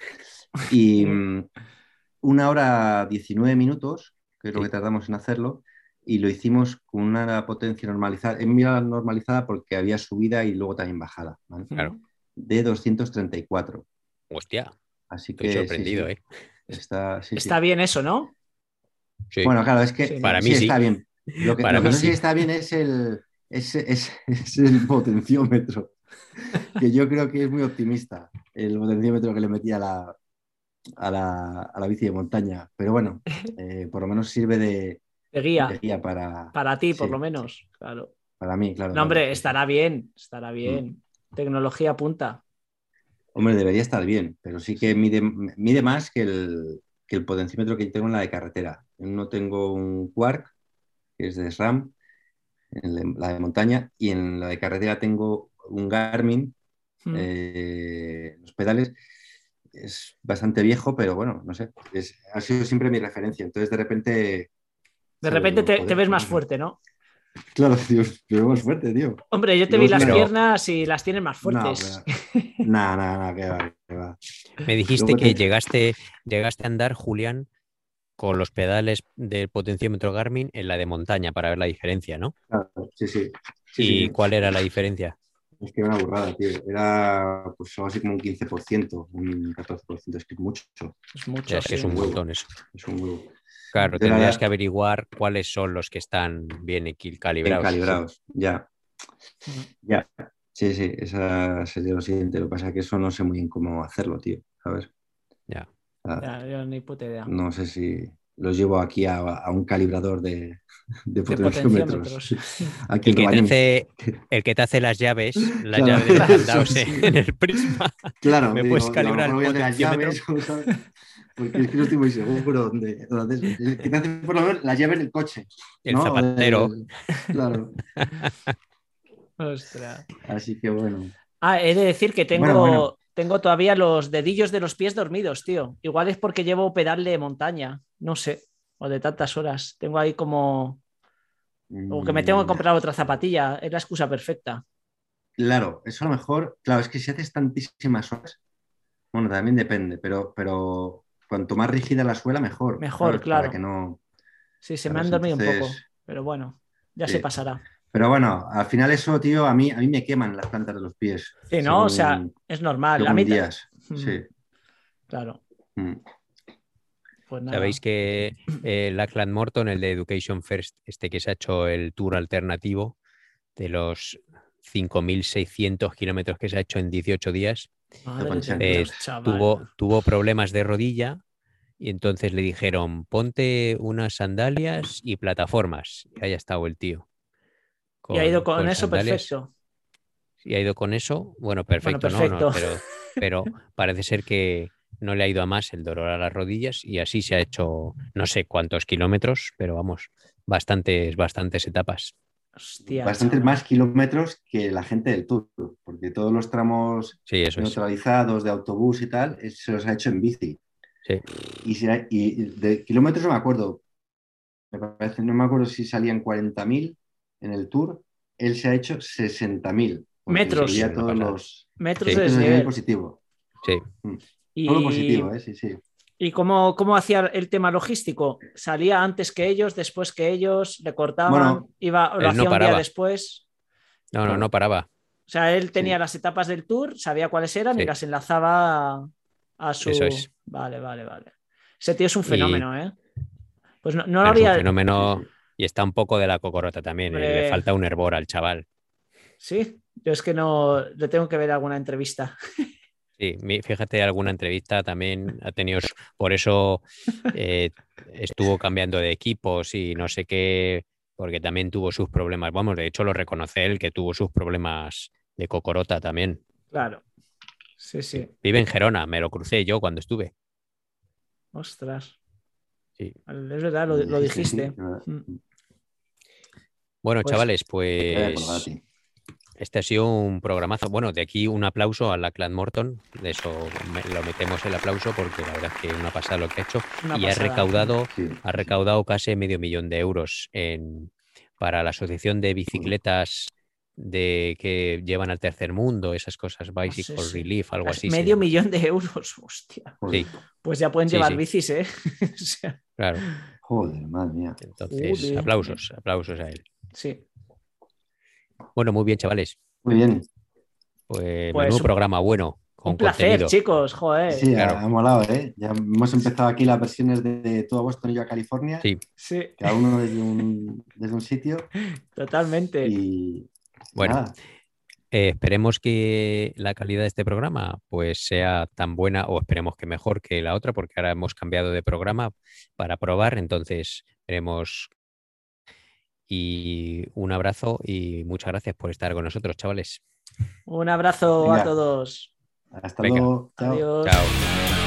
Y mm, una hora diecinueve minutos, que es lo Sí. que tardamos en hacerlo, y lo hicimos con una potencia normalizada. He mirado la normalizada porque había subida y luego también bajada, ¿vale? Claro. De doscientos treinta y cuatro. Hostia, Así estoy que sorprendido, sí, sí. ¿eh? Está, sí, Está sí. bien eso, ¿no? Sí. Bueno, claro, es que Sí, ¿no? Para sí mí sí. está bien. Lo que, Para lo que mí no sé sí. si está bien es el, es, es- es el potenciómetro, que yo creo que es muy optimista, el potenciómetro que le metí a la, a la, a la bici de montaña. Pero bueno, eh, por lo menos sirve de, De de guía, guía para, para ti por lo sí, menos, claro. para mí, claro, No, claro. hombre, Sí, sí. estará bien, estará Mm. bien. Tecnología punta. Hombre, debería estar bien, pero sí que mide, mide más que el, que el potenciómetro que yo tengo en la de carretera. No tengo un Quark, que es de SRAM, en la de montaña, y en la de carretera tengo un Garmin, Mm. eh, los pedales. Es bastante viejo, pero bueno, no sé, es, ha sido siempre mi referencia. Entonces, de repente, De ¿sabes? repente Digo, te, te joder, ves pues más eso. fuerte, ¿no? Claro, tío, me veo más fuerte, tío. Hombre, yo te Luego vi es las una... Pero piernas y las tienes más No, fuertes. pero... Nada, nada, nada, que va, que va. me dijiste Luego que te... llegaste, llegaste a andar, Julián, con los pedales del potenciómetro Garmin en la de montaña para ver la diferencia, ¿no? Claro, sí, sí, sí, ¿Y sí. cuál era la diferencia? Es que era una burrada, tío. Era pues algo así como un quince por ciento, un catorce por ciento, es que es mucho. Es Ya mucho, es que es sí. un Un huevo, montón eso. es un huevo. Claro, Entonces, tendrías que ahora, averiguar cuáles son los que están bien equil- bien calibrados. calibrados, ya, Mm. ya. Sí, sí, esa sería lo siguiente. Lo que pasa es que eso no sé muy bien cómo hacerlo, tío, ¿sabes? Ya. O sea, Ya, yo ni puta idea. no sé si los llevo aquí a, a un calibrador de, de De potenciómetros, potenciómetros. aquí El en que te Robañén. hace, el que te hace las llaves, las Claro, llaves de los Claro. eso candados sí. en el Prisma. Claro, ¿Me puedes digo, digo, a lo calibrar mejor el voy a hacer las potenciómetro? llaves, ¿sabes? Porque es que no estoy muy seguro dónde, dónde haces. El que te hace por lo menos las llaves del coche, El ¿no? O zapatero. del- Claro. Ostras. Así que bueno. Ah, he de decir que Bueno, bueno. tengo, tengo todavía los dedillos de los pies dormidos, tío. Igual es porque llevo pedal de montaña, no sé, o de tantas horas. Tengo ahí como... O que me tengo que Mm, comprar otra zapatilla, es la excusa perfecta. claro, eso a lo mejor, claro, es que si haces tantísimas horas, bueno, también depende, pero, pero cuanto más rígida la suela, mejor, Mejor, ¿sabes? Para que claro. no, Sí, se me han ¿sabes? dormido un Entonces, poco, pero bueno, ya se sí. pasará. Pero bueno, al final eso, tío, a mí, a mí me queman las plantas de los pies, Sí, ¿no? O sea, según, es normal. A según mí... ta- días. Mm, Sí. claro, Mm. pues nada. Sabéis que eh, Lachlan Morton, el de Education First, este que se ha hecho el tour alternativo de los cinco mil seiscientos kilómetros que se ha hecho en dieciocho días, Madre de eh, Dios, chaval. tuvo, tuvo problemas de rodilla y entonces le dijeron, ponte unas sandalias y plataformas. Y ahí ha estado el tío, Y ha ido con, con con eso sandalias. perfecto. Y ha ido con eso. Bueno, Bueno, perfecto, no, no, perfecto. pero, pero parece ser que no le ha ido a más el dolor a las rodillas y así se ha hecho no sé cuántos kilómetros, pero vamos, bastantes, bastantes etapas. Hostia, Bastantes chaval. más kilómetros que la gente del Tour, porque todos los tramos Sí, eso es. neutralizados de autobús y tal, eh, se los ha hecho en bici. Sí, Y, si hay- y de kilómetros no me acuerdo, me parece, no me acuerdo si salían cuarenta mil en el Tour, él se ha hecho sesenta mil, porque sí, sí, Metros. incluía una todos pasada. los Metros Sí, de metros de desnivel desnivel. positivo. sí. Mm. Todo positivo, Y, ¿eh? Sí, sí. ¿y cómo, cómo hacía el tema logístico? ¿Salía antes que ellos, después que ellos, le cortaban, Bueno, iba, lo Él no hacía un día paraba. después? No, no, no claro, paraba. O sea, él tenía sí. las etapas del tour, sabía cuáles eran y Sí, las enlazaba a, a eso su... es. Vale, vale, vale. Ese tío es un Y fenómeno, ¿eh? Pues no, no lo bueno, es un habría... Sí, fenómeno sí. y está un poco de la cocorota también. eh, Le Hombre, falta un hervor al chaval. sí, yo es que no... Le tengo que ver alguna entrevista. Sí, mi- fíjate, alguna entrevista también ha tenido, su- por eso eh, estuvo cambiando de equipos y no sé qué, porque también tuvo sus problemas. Vamos, de hecho lo reconoce él que tuvo sus problemas de cocorota también. Claro, sí, Sí. sí. Vive en Gerona, me lo crucé yo cuando estuve. Ostras. Sí. Es verdad, lo, Me lo dijiste, sí. dijiste. Mm. Bueno, Pues chavales, Te voy a colgar a pues ti. Este ha sido un programazo. Bueno, de aquí un aplauso a la Clan Morton. De eso me- lo metemos el aplauso porque la verdad es que una pasada lo que ha hecho. Una Y ha pasada. recaudado, Sí, ha sí. recaudado casi medio millón de euros en, para la Asociación de Bicicletas de que llevan al tercer mundo, esas cosas, Bicycle Sí, sí. Relief, algo Es así. se medio llama. millón de euros, hostia. Joder, Sí, Pues ya pueden sí, llevar sí, bicis, ¿eh? O sea, claro. joder, madre mía. Entonces, joder. aplausos, aplausos a él. Sí. Bueno, muy bien, chavales. Muy bien. Pues Pues menudo un, programa bueno, con un placer, contenido. chicos, Sí, joder. sí, ha, Claro. ha molado, ¿eh? Ya hemos empezado aquí las versiones de, de todo Boston y yo a California, Sí, Sí, cada uno desde un, desde un sitio totalmente. y, y bueno. nada. Eh, esperemos que la calidad de este programa pues sea tan buena o esperemos que mejor que la otra porque ahora hemos cambiado de programa para probar, entonces veremos y un abrazo y muchas gracias por estar con nosotros, chavales. Un abrazo a Venga, todos. hasta Venga, luego. Chao. Adiós. chao.